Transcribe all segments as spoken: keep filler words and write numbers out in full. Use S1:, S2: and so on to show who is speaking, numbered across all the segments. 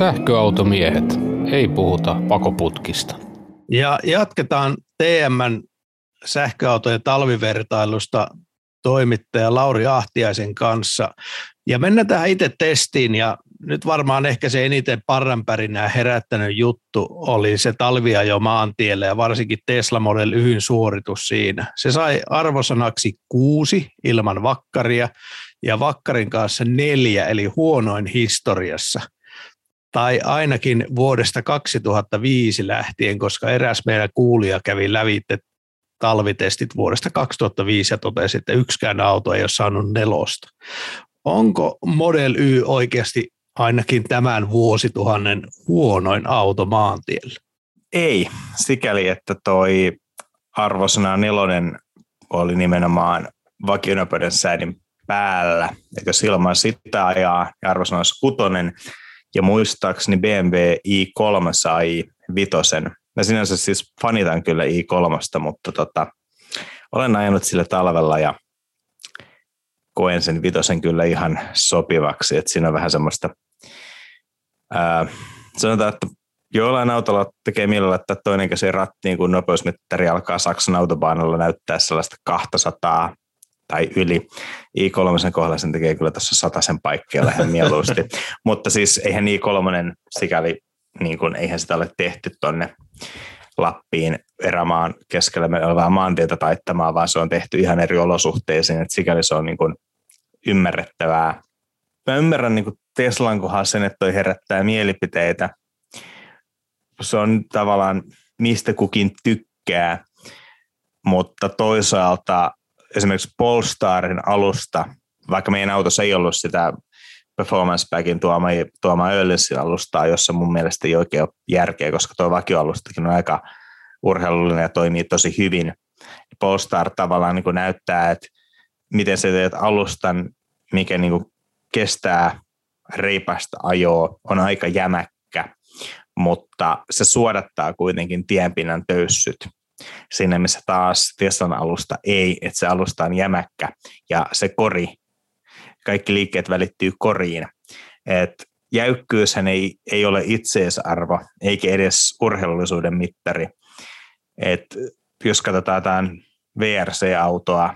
S1: Sähköautomiehet, ei puhuta pakoputkista.
S2: Ja jatketaan T M:n sähköautojen talvivertailusta toimittaja Lauri Ahtiaisen kanssa. Ja mennään tähän itse testiin, ja nyt varmaan ehkä se eniten parranpärinää herättänyt juttu oli se talviajo maantielle ja varsinkin Tesla Model Yn suoritus siinä. Se sai arvosanaksi kuusi ilman vakkaria ja vakkarin kanssa neljä, eli huonoin historiassa. Tai ainakin vuodesta kaksituhattaviisi lähtien, koska eräs meidän kuulija kävi lävitse talvitestit vuodesta kaksituhattaviisi ja totesi, että yksikään auto ei ole saanut nelosta. Onko Model Y oikeasti ainakin tämän vuosituhannen huonoin auto maantiellä?
S3: Ei, sikäli että toi arvosana nelonen oli nimenomaan vakionopeuden säädin päällä. Et jos ilman sitä ajaa, ja arvosana olisi kutonen, ja muistaakseni B M W i kolme sai vitosen. Mä sinänsä siis fanitan kyllä i kolme, mutta tota, olen ajanut sillä talvella ja koen sen vitosen kyllä ihan sopivaksi. Et siinä on vähän semmoista, ää, sanotaan, että jollain autolla tekee mielellä laittaa toinen käsi rattiin, kun nopeusmittari alkaa Saksan autobaanalla näyttää sellaista kaksisataa tai yli. i kolme kohdalla sen tekee kyllä tuossa sataisen paikkeilla ihan mieluusti. Mutta siis eihän i kolme sikäli, niin kuin, eihän sitä ole tehty tuonne Lappiin erämaan keskellä olevaa maantietä taittamaan, vaan se on tehty ihan eri olosuhteisiin, että sikäli se on niin kuin ymmärrettävää. Mä ymmärrän niin kuin Teslan kohdalla sen, että toi herättää mielipiteitä. Se on tavallaan mistä kukin tykkää, mutta toisaalta esimerkiksi Polestarin alusta, vaikka meidän autossa ei ollut sitä Performance Packin tuoma, tuoma Öhlingsin alustaa, jossa mun mielestä ei oikein ole järkeä, koska tuo vakioalustakin on aika urheilullinen ja toimii tosi hyvin. Polestar tavallaan niin kuin näyttää, että miten sä teet alustan, mikä niin kuin kestää reipasta ajoa, on aika jämäkkä, mutta se suodattaa kuitenkin tienpinnan töyssyt. Siinä missä taas Teslan alusta ei, että se alusta on jämäkkä ja se kori, kaikki liikkeet välittyy koriin. Et jäykkyyshän ei, ei ole itseisarvo, eikä edes urheilullisuuden mittari. Et jos katsotaan jotain V R C-autoa,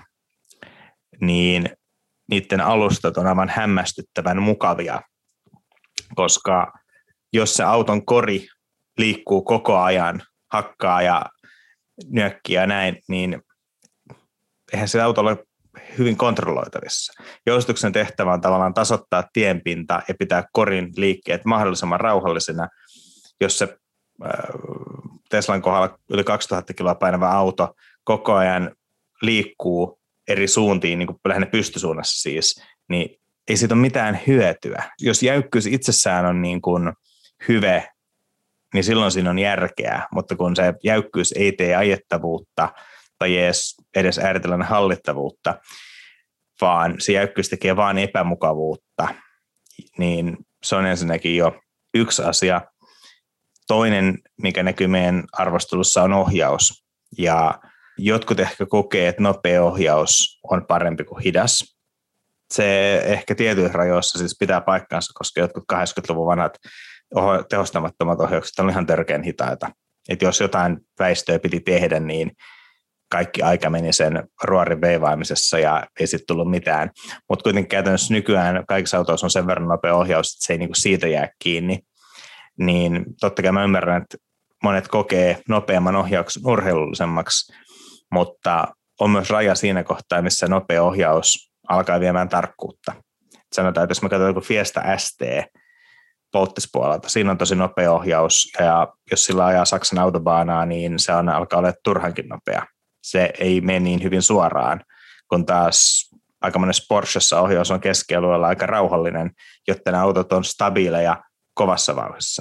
S3: niin niiden alustat on aivan hämmästyttävän mukavia, koska jos se auton kori liikkuu koko ajan, hakkaa ja nyökkii ja näin, niin eihän se auto ole hyvin kontrolloitavissa. Joustuksen tehtävä on tavallaan tasoittaa tienpinta ja pitää korin liikkeet mahdollisimman rauhallisena. Jos se äh, Teslan kohdalla yli kaksituhatta kiloa painava auto koko ajan liikkuu eri suuntiin, niin kuin lähinnä pystysuunnassa siis, niin ei siitä ole mitään hyötyä. Jos jäykkyys itsessään on niin kuin hyve, niin silloin siinä on järkeä, mutta kun se jäykkyys ei tee ajettavuutta tai edes, edes ääritellään hallittavuutta, vaan se jäykkyys tekee vain epämukavuutta, niin se on ensinnäkin jo yksi asia. Toinen, mikä näkyy meidän arvostelussa, on ohjaus. Ja jotkut ehkä kokee, että nopea ohjaus on parempi kuin hidas. Se ehkä tietyissä rajoissa siis pitää paikkansa, koska jotkut kahdeksankymmentäluvun vanhat tehostamattomat ohjaukset on ihan törkeän hitaita. Että jos jotain väistöä piti tehdä, niin kaikki aika meni sen ruorin veivaamisessa ja ei sitten tullut mitään. Mutta kuitenkin käytännössä nykyään kaikissa autoissa on sen verran nopea ohjaus, että se ei niinku siitä jää kiinni. Niin totta kai mä ymmärrän, että monet kokee nopeamman ohjauksen urheilullisemmaksi, mutta on myös raja siinä kohtaa, missä nopea ohjaus alkaa viemään tarkkuutta. Sanotaan, että jos mä katsotaan joku Fiesta S T polttispuolelta, siinä on tosi nopea ohjaus, ja jos sillä ajaa Saksan autobaanaa, niin se on, alkaa olla turhankin nopea. Se ei mene niin hyvin suoraan, kun taas aika monessa Porschessa ohjaus on keskialueella aika rauhallinen, jotta ne autot on stabiileja kovassa vauhdissa.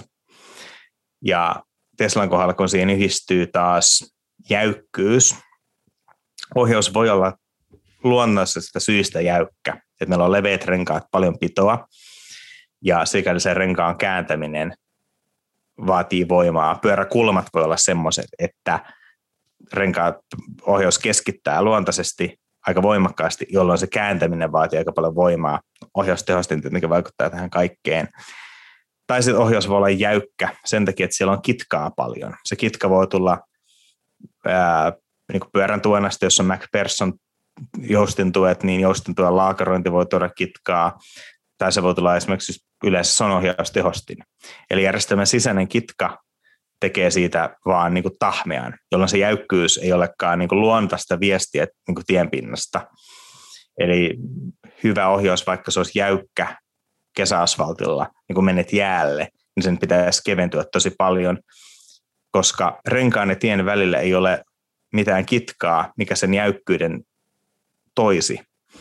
S3: Ja Teslan kohdalla, kun siihen yhdistyy taas jäykkyys, ohjaus voi olla luonnollisesti syistä jäykkä. Että meillä on leveät renkaat, paljon pitoa, ja sikäli sen renkaan kääntäminen vaatii voimaa. Pyöräkulmat voi olla semmoiset, että renkaat ohjaus keskittää luontaisesti aika voimakkaasti, jolloin se kääntäminen vaatii aika paljon voimaa. Ohjaustehostin tietenkin vaikuttaa tähän kaikkeen. tai sitten ohjaus voi olla jäykkä sen takia, että siellä on kitkaa paljon. Se kitka voi tulla ää, niin kuin pyörän tuonnasta, jos on MacPherson joustintuet, niin joustintuen laakarointi voi tuoda kitkaa, tai se voi tulla esimerkiksi yleensä se on ohjaustehostin. Eli järjestelmän sisäinen kitka tekee siitä vaan niin kuin tahmean, jolloin se jäykkyys ei olekaan niin kuin luontaista viestiä niin kuin tienpinnasta. Eli hyvä ohjaus, vaikka se olisi jäykkä kesäasfaltilla, niin kun menet jäälle, niin sen pitäisi keventyä tosi paljon, koska renkaan ja tien välillä ei ole mitään kitkaa, mikä sen jäykkyyden toisi.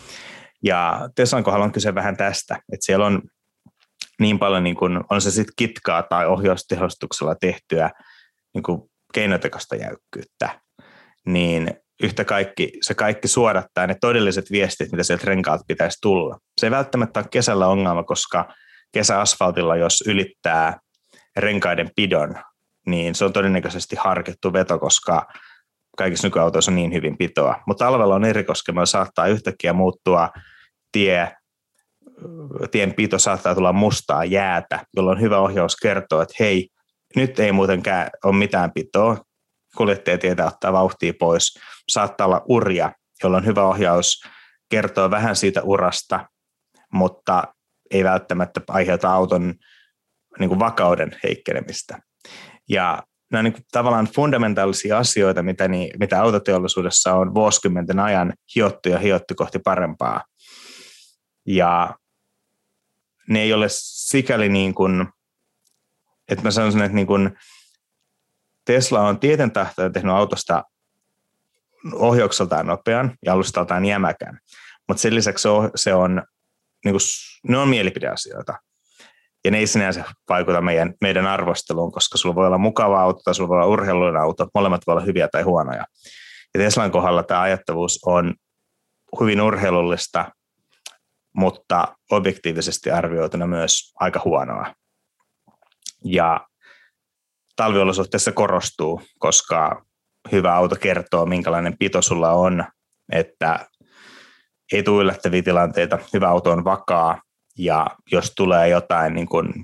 S3: Ja Teslan kohdalla on kyse vähän tästä, että siellä on niin paljon, niin kun, on se sitten kitkaa tai ohjaustehostuksella tehtyä niin kun keinotekoista jäykkyyttä, niin yhtä kaikki, se kaikki suodattaa ne todelliset viestit, mitä sieltä renkaalta pitäisi tulla. Se ei välttämättä ole kesällä ongelma, koska kesäasfaltilla, jos ylittää renkaiden pidon, niin se on todennäköisesti harkittu veto, koska kaikissa nykyautoissa on niin hyvin pitoa. Mutta talvella on eri, koska meillä saattaa yhtäkkiä muuttua tie, tien pito saattaa tulla mustaa jäätä, jolloin hyvä ohjaus kertoo, että hei, nyt ei muutenkään ole mitään pitoa. Kuljettaja tietää ottaa vauhtia pois. Saattaa olla uria, jolloin hyvä ohjaus kertoo vähän siitä urasta, mutta ei välttämättä aiheuta auton niin kuin vakauden heikkenemistä. Ja nämä on niin kuin tavallaan fundamentaalisia asioita, mitä, niin, mitä autoteollisuudessa on vuosikymmenten ajan hiottu ja hiottu kohti parempaa. Ja ne ei ole sikäli niin kuin, että mä sanoisin, että niin kuin Tesla on tieten tahtoen tehnyt autosta ohjaukseltaan nopean ja alustaltaan jämäkän, mutta sen lisäksi se on, se on, niin kuin, ne on mielipideasioita. Ja ne ei sinänsä vaikuta meidän, meidän arvosteluun, koska sulla voi olla mukava auto tai sulla voi olla urheilullinen auto, molemmat voi olla hyviä tai huonoja. Ja Teslan kohdalla tämä ajattavuus on hyvin urheilullista, mutta objektiivisesti arvioituna myös aika huonoa. Ja talviolosuhteissa korostuu, koska hyvä auto kertoo, minkälainen pito sulla on, että ei tule yllättäviä tilanteita, hyvä auto on vakaa, ja jos tulee jotain niin kuin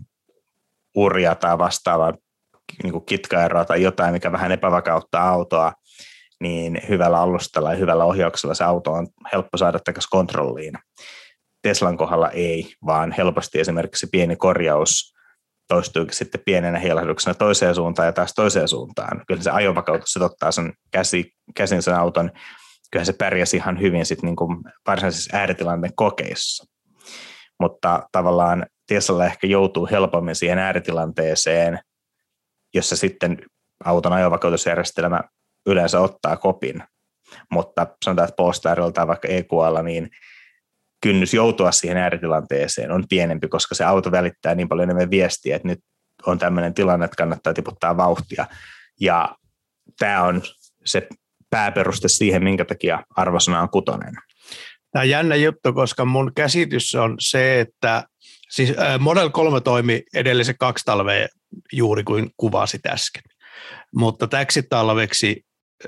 S3: uria tai vastaavaa niin kuin kitkaeroa tai jotain, mikä vähän epävakauttaa autoa, niin hyvällä alustalla ja hyvällä ohjauksella se auto on helppo saada takaisin kontrolliin. Teslan kohdalla ei, vaan helposti esimerkiksi pieni korjaus toistuukin sitten pienenä heilahduksena toiseen suuntaan ja taas toiseen suuntaan. Kyllä se ajovakautus se ottaa sen käsi, käsin sen auton, kyllä se pärjäsi ihan hyvin sitten niin kuin varsinaisissa ääritilanteen kokeissa. Mutta tavallaan Tesla ehkä joutuu helpommin siihen ääritilanteeseen, jossa sitten auton ajovakautusjärjestelmä yleensä ottaa kopin. Mutta sanotaan, että Polestarilla tai vaikka E Q A:lla, niin kynnys joutua siihen ääritilanteeseen on pienempi, koska se auto välittää niin paljon enemmän viestiä, että nyt on tämmöinen tilanne, että kannattaa tiputtaa vauhtia. Ja tämä on se pääperuste siihen, minkä takia arvosana on kutonen.
S2: Tämä on jännä juttu, koska mun käsitys on se, että siis Model kolme toimi edellisen kaksi talvea juuri kuin kuvasit äsken, mutta täksi talveksi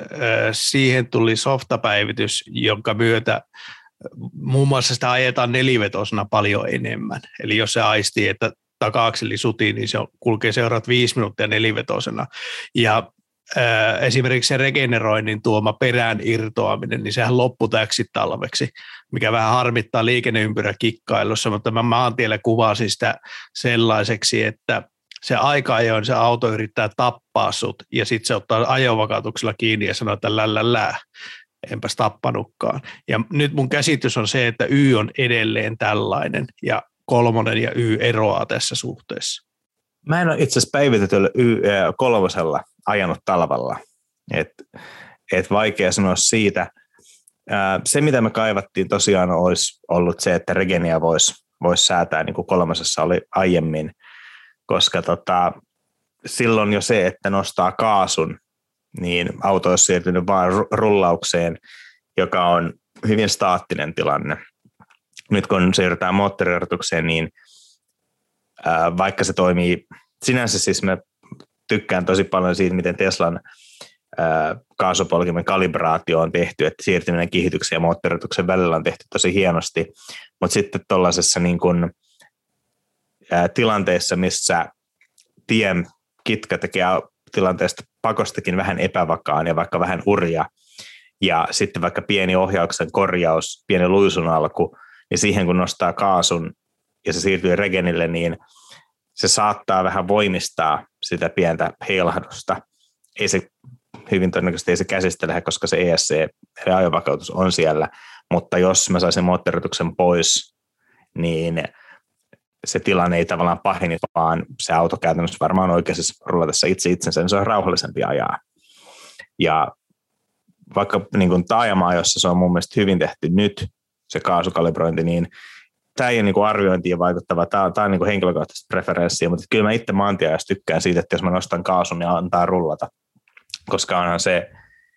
S2: siihen tuli softapäivitys, jonka myötä muun muassa sitä ajetaan nelivetosena paljon enemmän. Eli jos se aistii, että taka-akseli sutii, niin se kulkee seuraavat viisi minuuttia nelivetosena. Ja ää, esimerkiksi se regeneroinnin tuoma perään irtoaminen, niin sehän loppui täksi talveksi, mikä vähän harmittaa liikenneympyräkikkailussa, mutta mä maantiellä kuvasin sitä sellaiseksi, että se aika ajoin se auto yrittää tappaa sut, ja sitten se ottaa ajovakautuksella kiinni ja sanoo, että lällällä. Enpäs tappanutkaan. Ja nyt mun käsitys on se, että Y on edelleen tällainen ja kolmonen ja Y eroaa tässä suhteessa.
S3: Mä en ole itse asiassa päivitetyllä Y kolmosella ajanut talvalla. Et, et vaikea sanoa siitä. Se, mitä me kaivattiin tosiaan, olisi ollut se, että Regenia voisi vois säätää, niin kuin kolmosessa oli aiemmin, koska tota, silloin jo se, että nostaa kaasun, niin auto olisi siirtynyt vain rullaukseen, joka on hyvin staattinen tilanne. Nyt kun siirrytään moottorijarrutukseen, niin ää, vaikka se toimii, sinänsä siis mä tykkään tosi paljon siitä, miten Teslan ää, kaasupolkimen kalibraatio on tehty, että siirtyminen kehityksen ja moottorijarrutuksen välillä on tehty tosi hienosti, mutta sitten tuollaisessa niin kuin ää, tilanteissa, missä tien kitka tekee tilanteesta pakostakin vähän epävakaan ja vaikka vähän urja, ja sitten vaikka pieni ohjauksen korjaus, pieni luisun alku, niin siihen kun nostaa kaasun ja se siirtyy regenille, niin se saattaa vähän voimistaa sitä pientä heilahdusta. Ei se hyvin todennäköisesti ei se käsistä lähde, koska se E S C, eli ajovakautus on siellä, mutta jos mä saisin moottorituksen pois, niin se tilanne ei tavallaan paheni, vaan se auto käytännössä varmaan oikeasti rullatessa itse itsensä, niin se on rauhallisempi ajaa. Ja vaikka niin kuin taajama, jossa se on mun mielestä hyvin tehty nyt, se kaasukalibrointi, niin tämä ei ole niin kuin arviointiin vaikuttava, tämä, tämä on niin kuin henkilökohtaisesti preferenssiä, mutta kyllä mä itse maantiajassa tykkään siitä, että jos mä nostan kaasun ja antaa rullata, koska onhan se,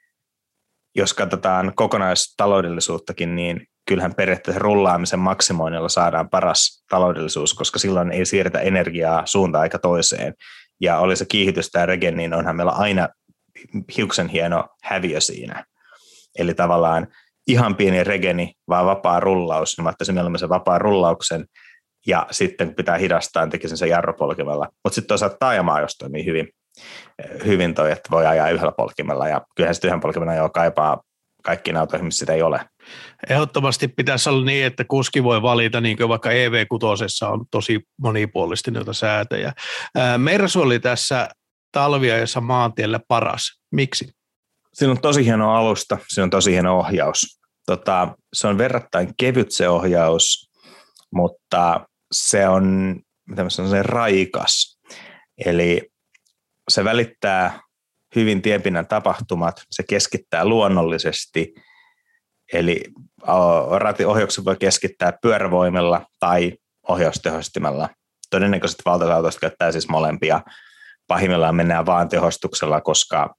S3: jos katsotaan kokonaistaloudellisuuttakin, niin kyllähän periaatteessa rullaamisen maksimoinnilla saadaan paras taloudellisuus, koska silloin ei siirretä energiaa suuntaan eikä toiseen. Ja oli se kiihdytys tai regen, niin onhan meillä aina hiuksen hieno häviö siinä. Eli tavallaan ihan pieni regeni, vaan vapaa rullaus, niin mä ottaisin mieluummin sen vapaa rullauksen, ja sitten kun pitää hidastaa, niin tekisin sen jarrupolkimella. Mutta sitten toisaalta taajamaa, jos toimii hyvin, hyvin toi, että voi ajaa yhdellä polkimella, ja kyllähän sitten yhden polkimella jo kaipaa kaikkiin autoihin, missä sitä ei ole.
S2: Ehdottomasti pitäisi olla niin, että kuski voi valita, niin kuin vaikka E V kuusi on tosi monipuolisesti noita säätöjä. Mersu oli tässä talviajassa maantiellä paras. Miksi?
S3: Siinä on tosi hieno alusta, siinä on tosi hieno ohjaus. Tota, se on verrattain kevyt se ohjaus, mutta se on, mitä mä sanon, se raikas. Eli se välittää hyvin tienpinnan tapahtumat, se keskittää luonnollisesti, eli ratiohjauksen voi keskittää pyörävoimilla tai ohjaustehostimella. Todennäköisesti valtausautoista käyttää siis molempia. Pahimmillaan mennään vaan tehostuksella, koska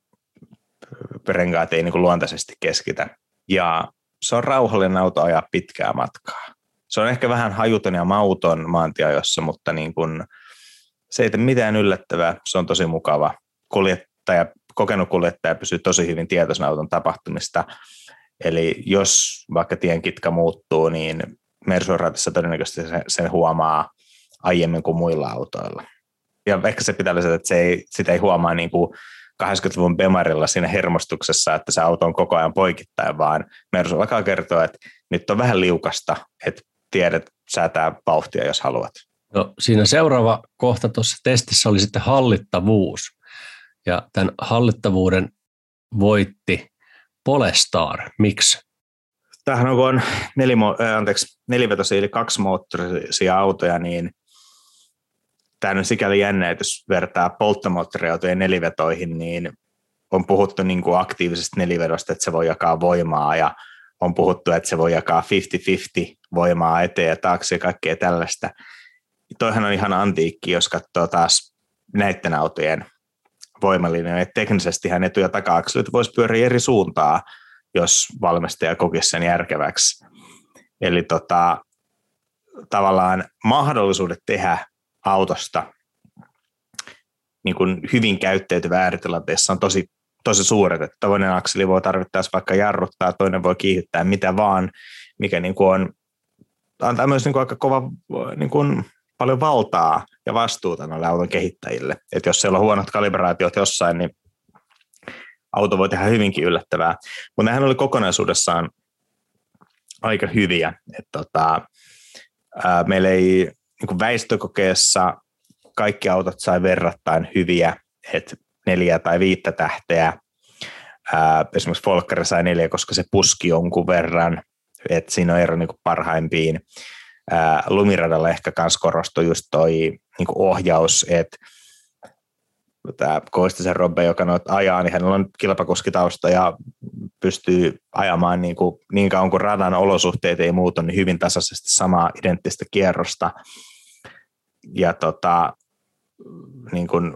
S3: renkaat ei niin kuin luontaisesti keskitä. Ja se on rauhallinen auto ajaa pitkää matkaa. Se on ehkä vähän hajuton ja mauton maantieajossa, mutta niin kuin, se ei tee mitään yllättävää. Se on tosi mukava. Kuljettaja, kokenut kuljettaja pysyy tosi hyvin tietoisena auton tapahtumista. Eli jos vaikka tien kitka muuttuu, niin Mersu-ratissa todennäköisesti sen huomaa aiemmin kuin muilla autoilla. Ja ehkä se pitää lisätä, että se ei, sitä ei huomaa niin kuin kahdeksankymmentäluvun Bemarilla siinä hermostuksessa, että se auto on koko ajan poikittain, vaan Mersu alkaa kertoa, että nyt on vähän liukasta, että tiedät säätää vauhtia, jos haluat.
S4: No, siinä seuraava kohta tuossa testissä oli sitten hallittavuus. Ja tämän hallittavuuden voitti Polestar. Miksi?
S3: Tämähän on, kun on nelimo, äh, anteeksi, nelivetoisia eli kaksimoottorisia autoja, niin tämä on sikäli jännä, että jos vertaa polttomoottoriautojen nelivetoihin, niin on puhuttu niin kuin aktiivisesta nelivedosta, että se voi jakaa voimaa, ja on puhuttu, että se voi jakaa viisikymmentä viisikymmentä voimaa eteen ja taakse ja kaikkea tällaista. Toihan on ihan antiikki, jos katsoo taas näiden autojen voimalinjoja. Teknisestihän etu- ja taka-akselit voisi pyöriä eri suuntaa, jos valmistaja kokisi sen järkeväksi. Eli tota, tavallaan mahdollisuudet tehdä autosta niin kuin hyvin käyttäytyvä ääritilanteessa on tosi, tosi suuret. Että toinen akseli voi tarvittaessa vaikka jarruttaa, toinen voi kiihdyttää mitä vaan, mikä niin kuin on, antaa myös niin kuin aika kova, niin kuin paljon valtaa ja vastuuta noille auton kehittäjille. Että jos siellä on huonot kalibraatiot jossain, niin auto voi tehdä hyvinkin yllättävää. Mutta nehän oli kokonaisuudessaan aika hyviä. Et tota, ää, meillä ei niin kuin väistökokeessa kaikki autot sai verrattain hyviä, että neljä tai viittä tähteä. Ää, esimerkiksi Volkkari sai neljä, koska se puski jonkun verran, että siinä on ero niin kuin parhaimpiin. Ää, Lumiradalla ehkä myös korostui just toi niin kuin ohjaus, että tämä Koistisen Robbe, joka noita ajaa, niin hänellä on kilpakuskitausta ja pystyy ajamaan niin, kuin, niin kauan kuin radan olosuhteet ei muutu, niin hyvin tasaisesti samaa identtistä kierrosta. Ja tota, niin kuin,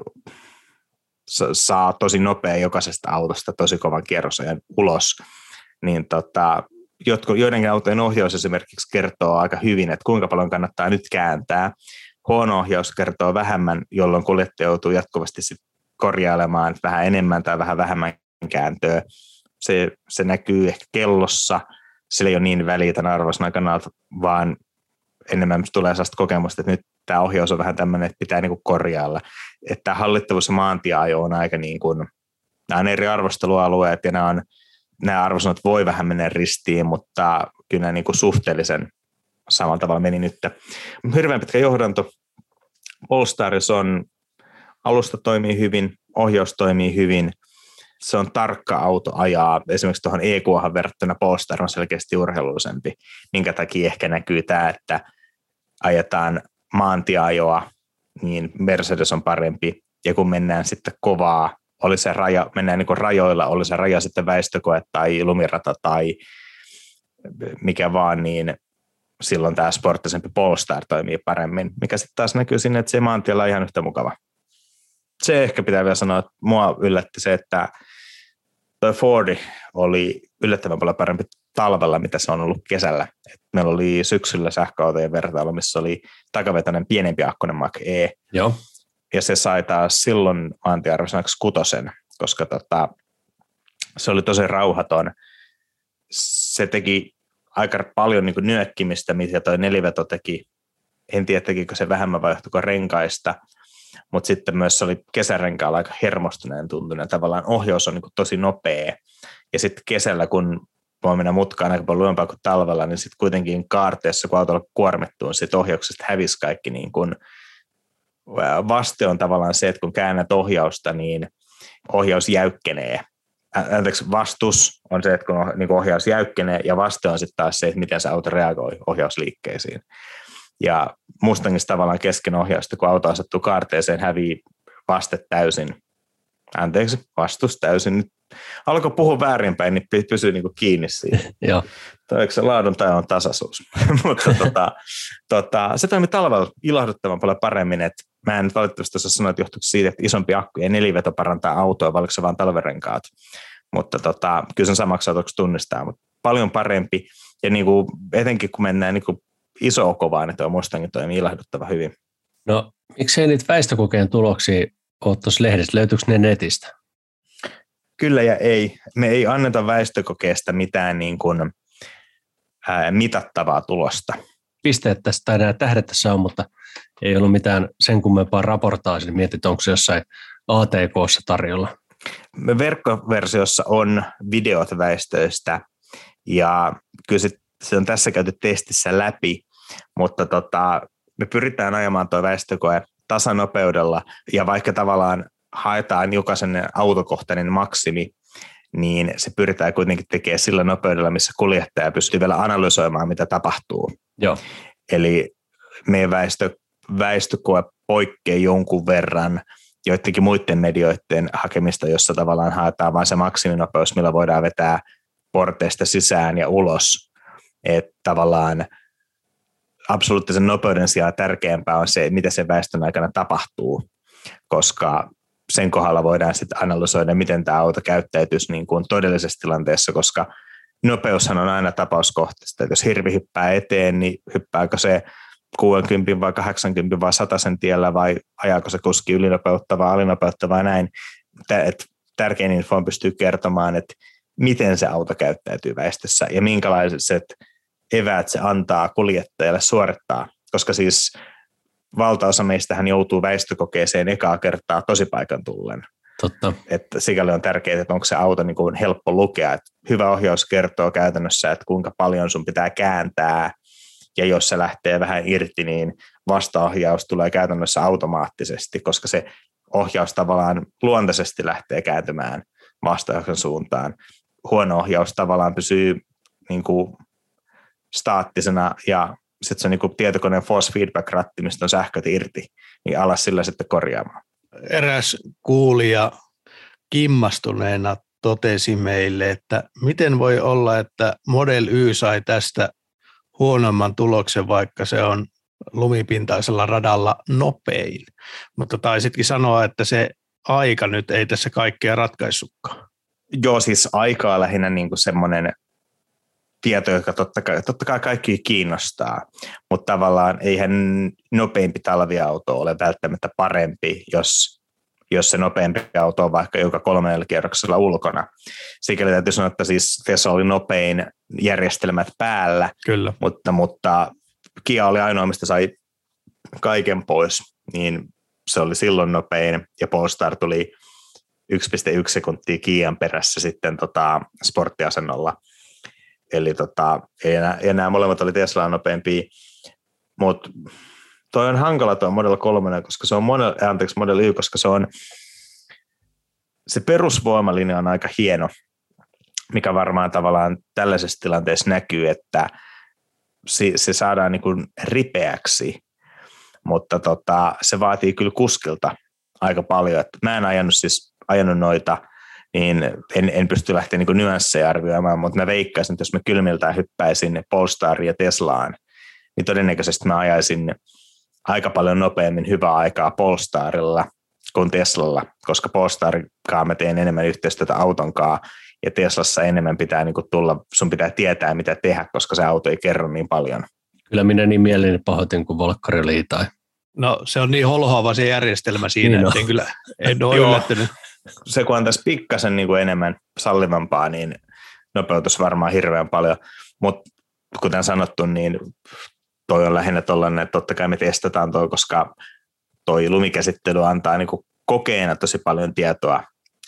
S3: saa tosi nopea jokaisesta autosta tosi kovan kierrosajan ulos. Niin tota, joidenkin autojen ohjaus esimerkiksi kertoo aika hyvin, että kuinka paljon kannattaa nyt kääntää. Huono ohjaus kertoo vähemmän, jolloin kuljettaja joutuu jatkuvasti sit korjailemaan vähän enemmän tai vähän vähemmän kääntöä. Se, se näkyy ehkä kellossa, sillä ei ole niin väliä tämän arvosanan kannalta, vaan enemmän tulee sellaista kokemusta, että nyt tämä ohjaus on vähän tämmöinen, että pitää niin kuin korjailla. Että hallittavuus ja maantieajo on aika niin kuin, nämä on eri arvostelualueet ja nämä, on, nämä arvosanat voi vähän mennä ristiin, mutta kyllä nämä niin kuin suhteellisen samalla tavalla meni nyt. Hirveän pitkä johdanto. Polestars on, alusta toimii hyvin, ohjaus toimii hyvin, se on tarkka auto ajaa. Esimerkiksi tuohon E Q:han verrattuna Polestar on selkeästi urheilullisempi, minkä takia ehkä näkyy tämä, että ajetaan maantieajoa, niin Mercedes on parempi. Ja kun mennään sitten kovaa, oli se raja, mennään niin kuin rajoilla, oli se raja sitten väistökoe tai lumirata tai mikä vaan, niin silloin tämä sporttisempi Polestar toimii paremmin, mikä sitten taas näkyy sinne, että se maantiellä on ihan yhtä mukava. Se ehkä pitää vielä sanoa, että mua yllätti se, että toi Fordi oli yllättävän paljon parempi talvella, mitä se on ollut kesällä. Et meillä oli syksyllä sähköautojen vertailu, missä oli takavetoinen pienempi akkonen Mach-E.
S4: Joo.
S3: Ja se sai taas silloin maantiearvosanaksi kutosen, koska tota, se oli tosi rauhaton. Se teki aika paljon niin kuin nyökkimistä, mitä toi neliveto teki. En tiedä, tekikö se vähemmän vai johtuiko renkaista, mutta sitten myös se oli kesärenkaalla aika hermostuneen tuntunen. Tavallaan ohjaus on niin kuin tosi nopea. Ja sitten kesällä, kun voi mennä mutkaan aika paljon luempaa kuin talvella, niin sitten kuitenkin kaarteessa, kun autolla kuormittuu, niin sitten ohjauksesta hävisi kaikki. Niin kuin vaste on tavallaan se, että kun käännät ohjausta, niin ohjaus jäykkenee. Anteeksi, vastus on se, että kun niin ohjaus jäykkenee, ja vaste on sitten taas se, että miten se auto reagoi ohjausliikkeisiin. Ja Mustangissa tavallaan kesken ohjausta, kun auto asettuu kaarteeseen, hävii vaste täysin. Anteeksi, vastus täysin. Nyt alkoi puhua väärinpäin, niin pysyy niin kuin kiinni siinä.
S4: Joo.
S3: Eikö se laadun tai on tasaisuus? Mutta tota, tota, se toimi talvella ilahduttavan paljon paremmin, että mä en nyt valitettavasti tuossa sanoa, että johtuuko siitä, että isompi akku ja neliveto parantaa autoa, vai oliko se vaan talverenkaat. Mutta tota, kyllä sen samaksi autoksi tunnistaa, mutta paljon parempi. Ja niin kuin, etenkin kun mennään niin kuin iso kovaa, niin tuo Mustangin toimii ilahduttavan hyvin.
S4: No, miksei niitä väistökokeen tuloksia ole tuossa lehdessä? Löytyykö ne netistä?
S3: Kyllä ja ei. Me ei anneta väistökokeesta mitään niin kuin, ää, mitattavaa tulosta.
S4: Pisteet tästä tai nämä tähdet tässä on, mutta ei ollut mitään sen kummempaa raportaasia. Mietit, onko se jossain A T K:ssa tarjolla?
S3: Verkkoversiossa on videot väistöistä ja kyllä se, se on tässä käyty testissä läpi, mutta tota, me pyritään ajamaan tuo väistökoe tasanopeudella ja vaikka tavallaan haetaan jokaisen autokohtainen maksimi, niin se pyritään kuitenkin tekemään sillä nopeudella, missä kuljettaja pystyy vielä analysoimaan, mitä tapahtuu.
S4: Joo.
S3: Eli meidän väistö, väistökoe poikkeaa jonkun verran joidenkin muiden medioiden hakemista, jossa tavallaan haetaan vain se maksiminopeus, millä voidaan vetää porteista sisään ja ulos. Että tavallaan absoluuttisen nopeuden sijaan tärkeämpää on se, mitä sen väestön aikana tapahtuu, koska sen kohdalla voidaan sitten analysoida, miten tämä auto käyttäytyisi niin kuin todellisessa tilanteessa, koska nopeushan on aina tapauskohtaista. Että jos hirvi hyppää eteen, niin hyppääkö se kuusikymmentä vai kahdeksankymmentä vai sata tiellä vai ajaako se kuski ylinopeutta vai alinopeutta vai näin. Tärkein info pystyy kertomaan, että miten se auto käyttäytyy väestössä ja minkälaiset eväät se antaa kuljettajalle suorittaa, koska siis valtaosa meistähän joutuu väistökokeeseen ekaa kertaa tosipaikan tullen.
S4: Totta.
S3: Että sikäli on tärkeää, että onko se auto niin kuin helppo lukea. Että hyvä ohjaus kertoo käytännössä, että kuinka paljon sun pitää kääntää, ja jos se lähtee vähän irti, niin vastaohjaus tulee käytännössä automaattisesti, koska se ohjaus tavallaan luontaisesti lähtee kääntymään vastaohjauksen suuntaan. Huono ohjaus tavallaan pysyy niin kuin staattisena, ja sitten se on niin kuin tietokoneen force feedback-ratti, mistä on sähköt irti, niin alas sillä sitten korjaamaan.
S2: Eräs kuulija kimmastuneena totesi meille, että miten voi olla, että Model Y sai tästä huonomman tuloksen, vaikka se on lumipintaisella radalla nopein. Mutta taisitkin sanoa, että se aika nyt ei tässä kaikkea ratkaissutkaan.
S3: Joo, siis aikaa lähinnä niin kuin semmoinen tieto, joka totta kai, totta kai kaikki kiinnostaa, mutta tavallaan eihän nopeampi talviauto ole välttämättä parempi, jos, jos se nopeampi auto on vaikka joka kolmannella kierroksella ulkona. Sikäli täytyy sanoa, että siis Tesla oli nopein järjestelmät päällä,
S2: Kyllä.
S3: mutta, mutta Kia oli ainoa, mistä sai kaiken pois, niin se oli silloin nopein, ja Polestar tuli yksi pilkku yksi sekuntia Kian perässä sitten tota sporttiasennolla. Eli tota, ei enää, ei enää molemmat oli Teslaa nopeampia, mutta toi on hankala tuo Model kolme, koska se on Model, anteeksi, Model Y, koska se on se perusvoimalinja on aika hieno, mikä varmaan tavallaan tällaisessa tilanteessa näkyy, että se, se saadaan niin kuin ripeäksi, mutta tota, se vaatii kyllä kuskilta aika paljon. Että mä en ajanut siis ajanut noita, niin en, en pysty lähteä niin kuin nyansseja arvioimaan, mutta mä veikkaisin, että jos mä kylmiltään hyppäisin Polestariin ja Teslaan, niin todennäköisesti mä ajaisin aika paljon nopeammin hyvää aikaa Polestarilla kuin Teslalla, koska Polestarkaan mä teen enemmän yhteistyötä autonkaan, ja Teslassa enemmän pitää niin kuin tulla, sun pitää tietää mitä tehdä, koska se auto ei kerro niin paljon.
S4: Kyllä minä niin mieleni pahoitin kuin Volkkari oli tai.
S2: No se on niin holhoava se järjestelmä siinä,
S4: niin
S2: että en kyllä en ole yllättynyt.
S3: Se kun antaisi pikkasen niin kuin enemmän sallivampaa, niin nopeutus varmaan hirveän paljon, mutta kuten sanottu, niin toi on lähinnä tollainen, että totta kai me testataan toi, koska toi lumikäsittely antaa niin kuin kokeena tosi paljon tietoa,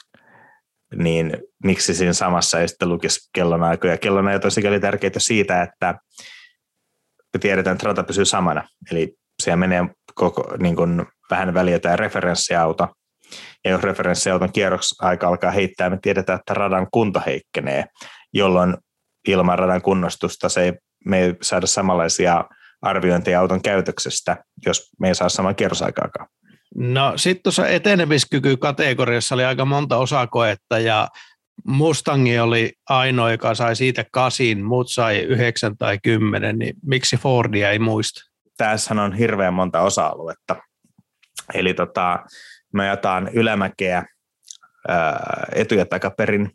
S3: niin miksi siinä samassa ei sitten lukisi kellonaikoja. Kellonajat on sikäli tärkeitä siitä, että me tiedetään, että rata pysyy samana, eli siellä menee koko, niin kuin vähän väliä tämä referenssiauto, ja jos referenssiauton kierrosaika alkaa heittää, me tiedetään, että radan kunto heikkenee, jolloin ilman radan kunnostusta se ei, me ei saada samanlaisia arviointia auton käytöksestä, jos me ei saa saman kierrosaikaakaan.
S2: No sitten tuossa etenemiskyky-kategoriassa oli aika monta osakoetta, ja Mustangi oli ainoa, joka sai siitä kasin, muut sai yhdeksän tai kymmenen, niin miksi Fordia ei muista?
S3: Tässä on hirveän monta osa-aluetta. Eli tota, me ajetaan ylämäkeä ää, etu- ja takaperin,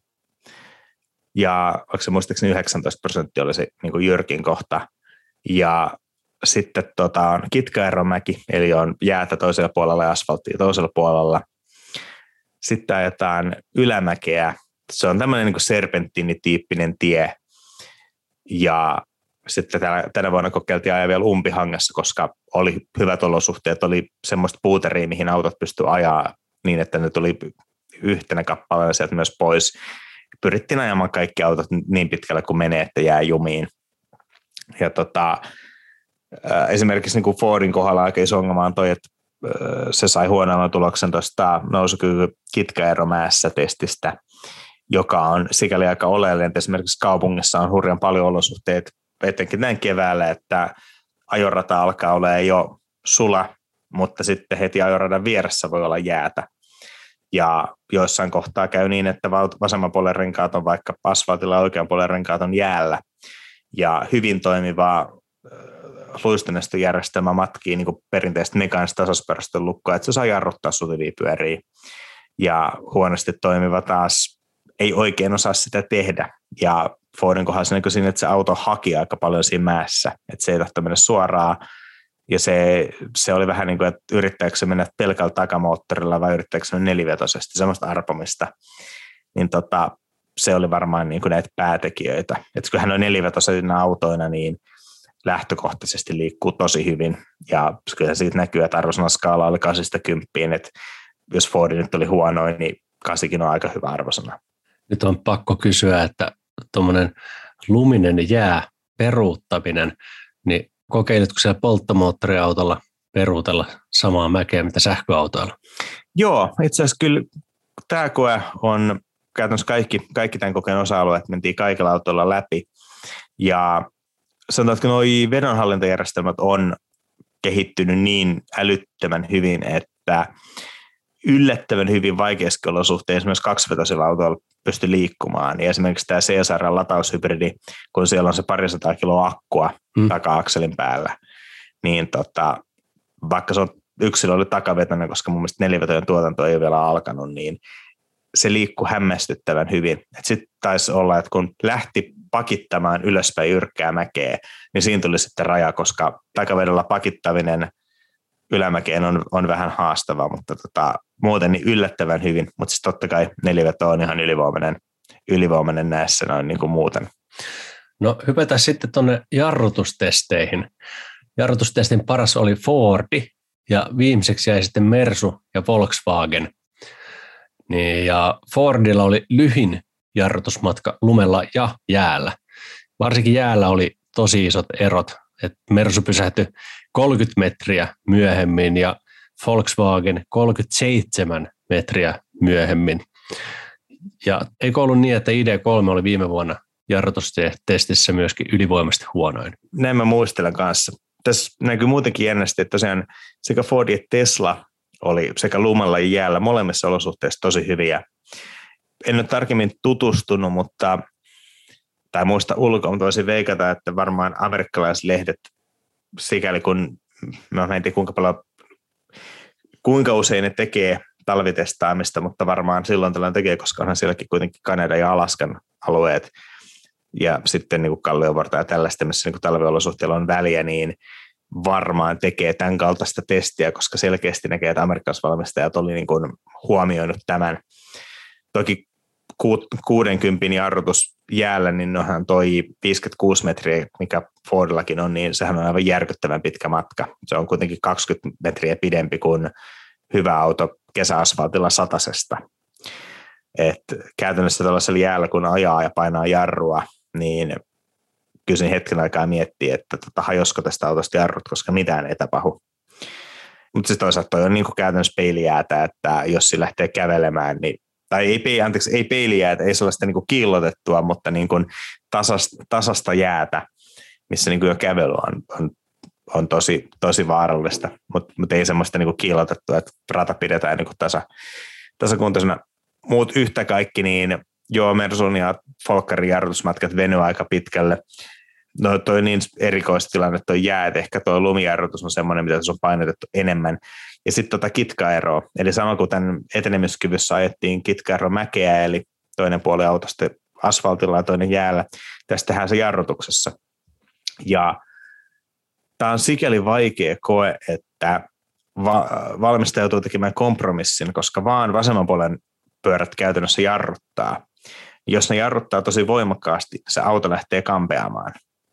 S3: ja onko se muistaakseni yhdeksäntoista prosenttia oli se niin kuin jyrkin kohta, ja sitten tota, on kitkaeromäki, eli on jäätä toisella puolella ja asfalttia toisella puolella. Sitten ajetaan ylämäkeä, se on tämmöinen niin kuin serpenttiinityyppinen tie, ja sitten tänä vuonna kokeiltiin ajaa vielä umpihangessa, koska oli hyvät olosuhteet, oli semmoista puuteria, mihin autot pystyivät ajaa niin, että ne tuli yhtenä kappaleena sieltä myös pois. Pyrittiin ajamaan kaikki autot niin pitkälle kuin menee, että jää jumiin. Ja tota, esimerkiksi niin kuin Fordin kohdalla aika iso ongelma on toi, että se sai huonomman tuloksen tuosta nousukyky kitkaeromäessä testistä, joka on sikäli aika oleellinen, että esimerkiksi kaupungissa on hurjan paljon olosuhteet, etenkin näin keväällä, että ajorata alkaa olla jo sula, mutta sitten heti ajoradan vieressä voi olla jäätä. Ja joissain kohtaa käy niin, että vasemman puolen renkaat on vaikka asfaltilla ja oikean puolen renkaat on jäällä. Ja hyvin toimiva luistonestojärjestelmä matkii niin kuin perinteistä mekaanista tasausperäistä lukkoa, että se saa jarruttaa sutivia pyöriä. Ja huonosti toimiva taas ei oikein osaa sitä tehdä. Ja Fordin kohdalla se näkyy siinä, että se auto haki aika paljon siinä mäessä, että se ei tahto mennä suoraan. Ja se, se oli vähän niin kuin, että yrittääkö se mennä pelkällä takamoottorilla vai yrittääkö se mennä nelivetoisesti, semmoista arpomista. Niin tota, se oli varmaan niin kuin näitä päätekijöitä. Että kyllähän on nelivetoisina autoina, niin lähtökohtaisesti liikkuu tosi hyvin. Ja kyllä siitä näkyy, että arvosanaskaala oli kasista kymppiin, että jos Fordi nyt oli huonoin, niin kasikin on aika hyvä arvosana.
S4: Nyt on pakko kysyä, että tuommoinen luminen jää peruuttaminen, niin kokeilitko siellä polttomoottoriautolla peruutella samaa mäkeä, mitä sähköautoilla? Joo, itse asiassa kyllä tämä koe on käytännössä kaikki, kaikki tämän kokeen osa-alueet mentiin kaikilla autoilla läpi. Ja sanotaan, että nuo vedonhallintajärjestelmät on kehittynyt niin älyttömän hyvin, että yllättävän hyvin vaikeissa olosuhteissa myös kaksivetoisilla autoilla pystyy liikkumaan. Ja esimerkiksi tämä C S R-lataushybridi, kun siellä on se parisataa kiloa akkua mm. taka-akselin päällä, niin tota, vaikka se on yksilö oli takavetoinen, koska mun mielestä nelivetojen tuotanto ei ole vielä alkanut, niin se liikkuu hämmästyttävän hyvin. Sitten taisi olla, että kun lähti pakittamaan ylöspäin jyrkkää mäkeä, niin siinä tuli sitten raja, koska takavedolla pakittaminen ylämäkeen on, on vähän haastavaa, mutta tota, muuten niin yllättävän hyvin. Mutta siis totta kai neliveto on ihan ylivoimainen, ylivoimainen näissä noin niin kuin muuten. No hypätään sitten tuonne jarrutustesteihin. Jarrutustestin paras oli Fordi ja viimeiseksi jäi sitten Mersu ja Volkswagen. Niin, ja Fordilla oli lyhin jarrutusmatka lumella ja jäällä. Varsinkin jäällä oli tosi isot erot, että Mersu pysähtyi kolmekymmentä metriä myöhemmin ja Volkswagen kolmekymmentäseitsemän metriä myöhemmin. Ja eikö ollut niin, että I D kolme oli viime vuonna jarrutustestissä myöskin ylivoimaisesti huonoin?
S3: Näin mä muistelen kanssa. Tässä näkyy muutenkin jännästi, että tosiaan sekä Ford että Tesla oli sekä lumalla ja jäällä molemmissa olosuhteissa tosi hyviä. En ole tarkemmin tutustunut, mutta tai muista ulkoa, mutta voisin veikata, että varmaan amerikkalaislehdet, sikäli kun mä en tiedä kuinka paljon, kuinka usein ne tekee talvitestaamista, mutta varmaan silloin tällöin tekee, koska onhan sielläkin kuitenkin Kanada ja Alaskan alueet ja sitten niin kuin Kalliovuorta ja tällaista, missä niin talviolosuhteilla on väliä, niin varmaan tekee tämän kaltaista testiä, koska selkeästi näkee, että amerikkalaisvalmistajat oli niin kuin huomioinut tämän. Toki kuudenkymmenen jarrutus jäällä, niin nohan toi viisikymmentäkuusi metriä, mikä Fordillakin on, niin sehän on aivan järkyttävän pitkä matka. Se on kuitenkin kaksikymmentä metriä pidempi kuin hyvä auto kesäasfaltilla satasesta. Et käytännössä tällaisella jäällä, kun ajaa ja painaa jarrua, niin kysyin hetken aikaa miettiä, että tota, hajosko tästä autosta jarrut, koska mitään ei tapahdu. Mutta sitten toisaalta toi on niin kuin käytännössä peilijäätä, että jos se lähtee kävelemään, niin tai ei, anteeksi, ei peilijäätä, ei sellaista niin kuin kiillotettua, mutta niin kuin tasasta, tasasta jäätä, missä niin kuin jo kävely on, on, on tosi, tosi vaarallista, mutta mut ei semmoista niin kuin kiillotettua, että rata pidetään niin kuin tasa, tasakuntoisena. Muut yhtä kaikki, niin joo, Mersun ja Volkkarin jarrutusmatkat venyy aika pitkälle. No toi niin erikoistilanne, toi jää, että ehkä toi lumijarrutus on semmoinen, mitä se on painotettu enemmän. Ja sitten tota kitkaeroa, eli sama kuin tämän etenemiskyvyssä ajettiin kitkaero mäkeä, eli toinen puoli autosta asfaltilla ja toinen jäällä. Tästä tehdään se jarrutuksessa. Ja tämä on sikäli vaikea koe, että va- valmistaja joutuu tekemään kompromissin, koska vaan vasemman puolen pyörät käytännössä jarruttaa. Jos ne jarruttaa tosi voimakkaasti, se auto lähtee kampeamaan.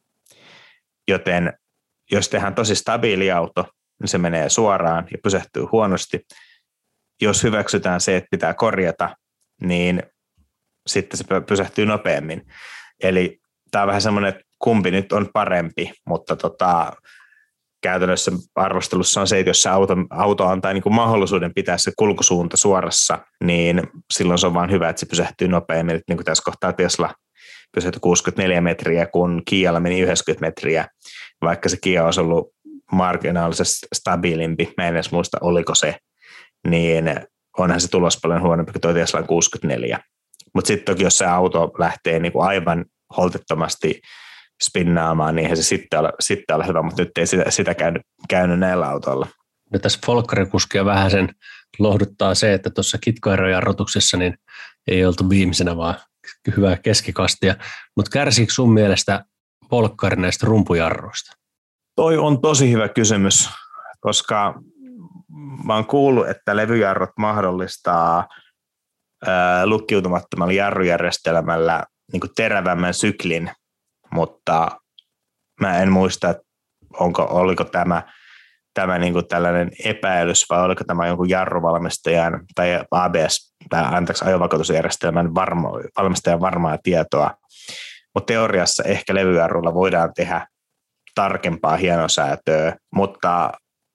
S3: Joten jos tehdään tosi stabiili auto, niin se menee suoraan ja pysähtyy huonosti. Jos hyväksytään se, että pitää korjata, niin sitten se pysähtyy nopeammin. Eli tämä on vähän semmoinen, että kumpi nyt on parempi, mutta tota, käytännössä arvostelussa on se, että jos se auto, auto antaa niin kuin mahdollisuuden pitää se kulkusuunta suorassa, niin silloin se on vaan hyvä, että se pysähtyy nopeammin. Niin kuin tässä kohtaa Tesla pysähtyi kuusikymmentäneljä metriä, kun Kialla meni yhdeksänkymmentä metriä, vaikka se Kia olisi ollut marginaalisesti stabiilimpi, mä en edes muista oliko se, niin onhan se tulos paljon huonompi kuin tuo Teslan kuusikymmentäneljä. Mutta sitten toki, jos se auto lähtee niin kuin aivan holtittomasti spinnaamaan, niin eihän se sitten ole, sitten ole hyvä, mutta nyt ei sitä, sitä käynyt, käynyt näillä autoilla.
S4: No tässä Volkkarin kuskia vähän sen lohduttaa se, että tuossa kitkoerojarrutuksessa niin ei oltu viimeisenä, vaan hyvää keskikastia. Mutta kärsiikö sun mielestä Volkkari näistä rumpujarruista?
S3: Toi on tosi hyvä kysymys, koska mä oon kuullut, että levyjarrut mahdollistaa ää, lukkiutumattomalla jarrujärjestelmällä niin kuin terävämmän syklin, mutta mä en muista, että onko, oliko tämä, tämä niin kuin tällainen epäilys vai oliko tämä jonkun jarruvalmistajan tai A B S tai anteeksi ajovakuutusjärjestelmän varmo, valmistajan varmaa tietoa, mutta teoriassa ehkä levyjarrulla voidaan tehdä tarkempaa hienosäätöä, mutta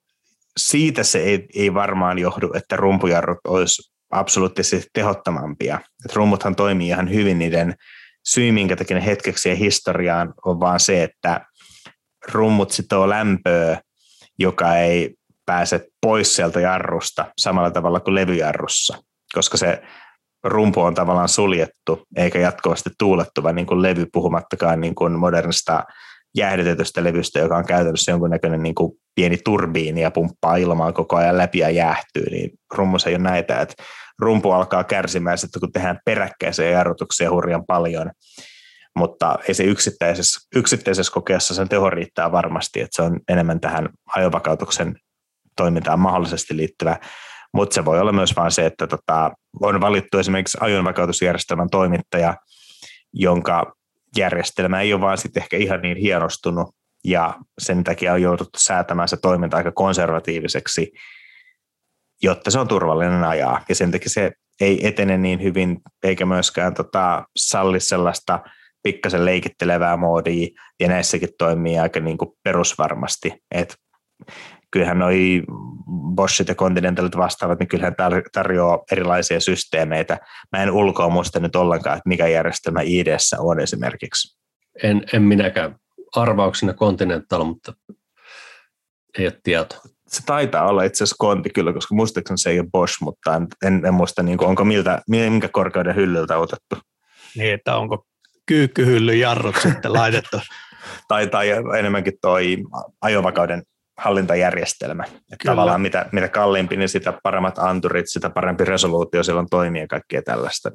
S3: siitä se ei, ei varmaan johdu, että rumpujarrut olisi absoluuttisesti tehottomampia. Et rummuthan toimii ihan hyvin, niiden syy, minkä takia ne hetkeksi ja historiaan on vaan se, että rummut sitoo lämpöä, joka ei pääse pois sieltä jarrusta samalla tavalla kuin levyjarrussa, koska se rumpu on tavallaan suljettu eikä jatkuvasti tuulettu, vaan niin kuin levy puhumattakaan niin kuin modernista jäähdytetystä levystä, joka on käytännössä jonkunnäköinen niin kuin pieni turbiini ja pumppaa ilmaa koko ajan läpi ja jäähtyy, niin rummussa ei ole näitä, että rumpu alkaa kärsimään sitten, kun tehdään peräkkäisiä jarrutuksia hurjan paljon, mutta ei se yksittäisessä, yksittäisessä kokeessa sen teho riittää varmasti, että se on enemmän tähän ajovakautuksen toimintaan mahdollisesti liittyvä, mutta se voi olla myös vain se, että tota, on valittu esimerkiksi ajonvakautusjärjestelmän toimittaja, jonka järjestelmä ei ole vaan sitten ehkä ihan niin hienostunut, ja sen takia on jouduttu säätämään se toiminta aika konservatiiviseksi, jotta se on turvallinen ajaa. Ja sen takia se ei etene niin hyvin, eikä myöskään tota, salli sellaista pikkasen leikittelevää moodia, ja näissäkin toimii aika niin kuin perusvarmasti. Et kyllähän noi Boschit ja Continentalit vastaavat, niin kyllähän tarjoaa erilaisia systeemeitä. Mä en ulkoa muista nyt ollenkaan, että mikä järjestelmä I D:ssä on esimerkiksi.
S4: En, en minäkään. Arvauksena Continental, mutta ei ole tietoa.
S3: Se taitaa olla itse asiassa Conti kyllä, koska muistaakseni se ei ole Bosch, mutta en, en, en muista, niin kuin, onko miltä, minkä korkeuden hyllyltä otettu.
S2: Niin, että onko kyykkyhyllyn jarrut sitten laitettu.
S3: tai, tai enemmänkin toi ajovakauden hallintajärjestelmä. Että tavallaan mitä, mitä kalliimpi, niin sitä paremmat anturit, sitä parempi resoluutio silloin toimii ja kaikkea tällaista.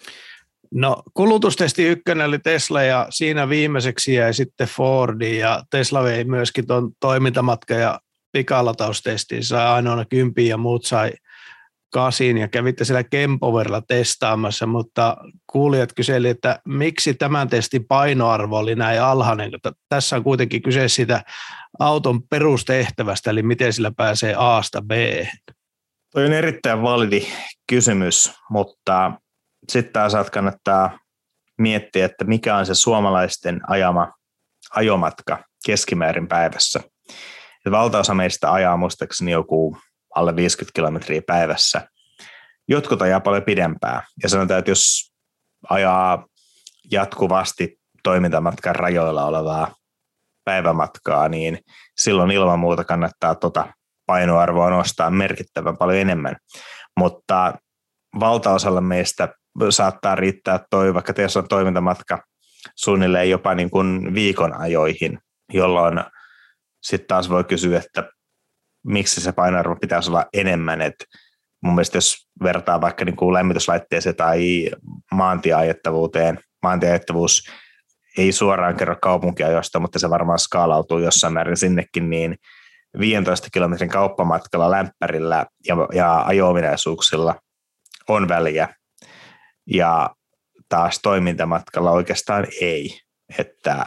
S2: No kulutustesti ykkönen oli Tesla ja siinä viimeiseksi jäi sitten Fordi ja Tesla vei myöskin tuon toimintamatka- ja pikalataustestiin, sai ainoana kympiin ja muut sai kasin ja kävitte siellä Kempoverilla testaamassa, mutta kuulijat kyseli, että miksi tämän testin painoarvo oli näin alhainen, kun tässä on kuitenkin kyse siitä auton perustehtävästä, eli miten sillä pääsee A:sta B:hen.
S3: Toi on erittäin validi kysymys, mutta sitten taas kannattaa miettiä, että mikä on se suomalaisten ajama ajomatka keskimäärin päivässä. Ja valtaosa meistä ajaa muistaakseni joku alle viisikymmentä kilometriä päivässä. Jotkut ajaa paljon pidempää. Ja sanotaan, että jos ajaa jatkuvasti toimintamatkan rajoilla olevaa päivämatkaa, niin silloin ilman muuta kannattaa tuota painoarvoa nostaa merkittävän paljon enemmän. Mutta valtaosalla meistä saattaa riittää toi, vaikka teillä on toimintamatka suunnilleen jopa niin kuin viikon ajoihin, jolloin sitten taas voi kysyä, että miksi se painoarvo pitäisi olla enemmän. Et mun mielestä jos vertaa vaikka niin kuin lämmityslaitteeseen tai maantieajettavuuteen, maantieajettavuus ei suoraan kerro kaupunkiajosta, mutta se varmaan skaalautuu jossain määrin sinnekin, niin viisitoista kilometrin kauppamatkalla lämpärillä ja, ja ajo-ominaisuuksilla on väliä. Ja taas toimintamatkalla oikeastaan ei, että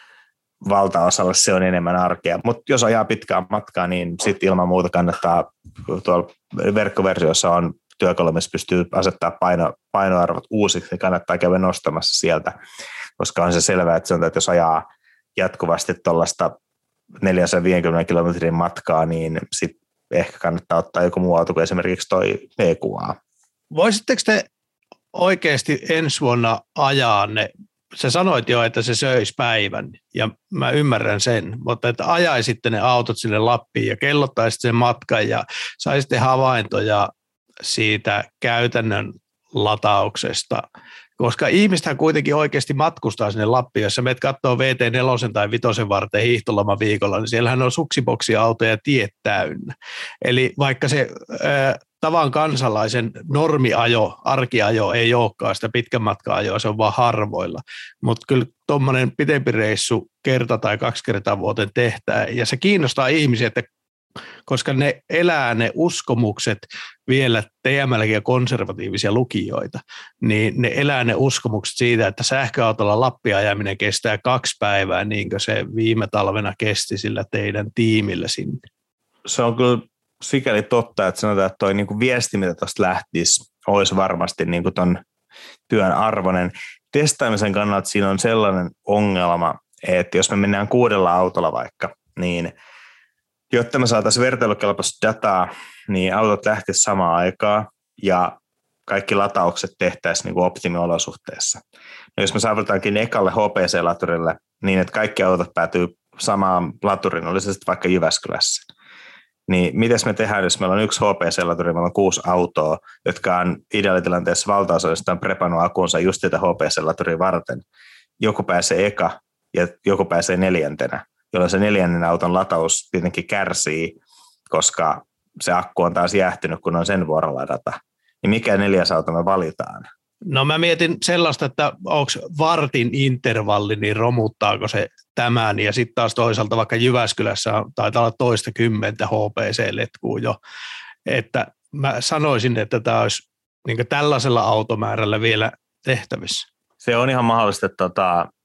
S3: valtaosalle se on enemmän arkea. Mutta jos ajaa pitkää matkaa, niin sitten ilman muuta kannattaa, tuolla verkkoversiossa on työkalu, missä pystyy asettaa paino, painoarvot uusiksi, niin kannattaa käydä nostamassa sieltä, koska on se selvää, että, se on, että jos ajaa jatkuvasti tuollaista neljäsataaviisikymmentä kilometrin matkaa, niin sitten ehkä kannattaa ottaa joku muu auto kuin esimerkiksi toi P Q A.
S2: Voisitteko te oikeasti ensi vuonna ajaa ne? Sä sanoit jo, että se söisi päivän, ja mä ymmärrän sen, mutta että ajaisitte ne autot sinne Lappiin ja kellottaisitte sen matkan ja saisitte havaintoja siitä käytännön latauksesta, koska ihmistähän kuitenkin oikeasti matkustaa sinne Lappiin, jos sä menet katsoo V T neljä tai viisi varten hiihtoloma viikolla, niin siellähän on suksiboksiautoja tiet täynnä. Eli vaikka se ää, tavan kansalaisen normiajo, arkiajo ei olekaan sitä pitkän matkan ajoa, se on vaan harvoilla, mutta kyllä tuommoinen pitempi reissu kerta tai kaksi kertaa vuoteen tehtää, ja se kiinnostaa ihmisiä, että koska ne elää ne uskomukset vielä teemälläkin ja konservatiivisia lukijoita, niin ne elää ne uskomukset siitä, että sähköautolla Lappi ajaminen kestää kaksi päivää, niin kuin se viime talvena kesti sillä teidän tiimillä sinne.
S3: Se on kyllä sikäli totta, että sanotaan, että toi niinku viesti, mitä tuosta lähtisi, olisi varmasti niinku ton työn arvoinen. Testaamisen kannalta siinä on sellainen ongelma, että jos me mennään kuudella autolla vaikka, niin jotta me saataisiin vertailukelpoista dataa, niin autot lähtisivät samaan aikaan ja kaikki lataukset tehtäisiin niin kuin optimiolosuhteessa. No jos me saavutaankin ekalle H P C-laturille niin, että kaikki autot päätyy samaan laturin, oli se sitten vaikka Jyväskylässä, niin miten me tehdään, jos meillä on yksi H P C-laturi, meillä on kuusi autoa, jotka on ideaalitilanteessa valtaosa, josta on prepannut akunsa just sitä H P C-laturia varten. Joku pääsee eka ja joku pääsee neljäntenä, jolloin se neljännen auton lataus tietenkin kärsii, koska se akku on taas jäähtynyt, kun on sen vuoro ladata. Niin mikä neljäs auto me valitaan?
S2: No mä mietin sellaista, että onko vartin intervalli, niin romuttaako se tämän, ja sitten taas toisaalta vaikka Jyväskylässä taitaa olla toista kymmentä H P C-letkua jo, että mä sanoisin, että tämä olisi niin tällaisella automäärällä vielä tehtävissä.
S3: Se on ihan mahdollista, että tota,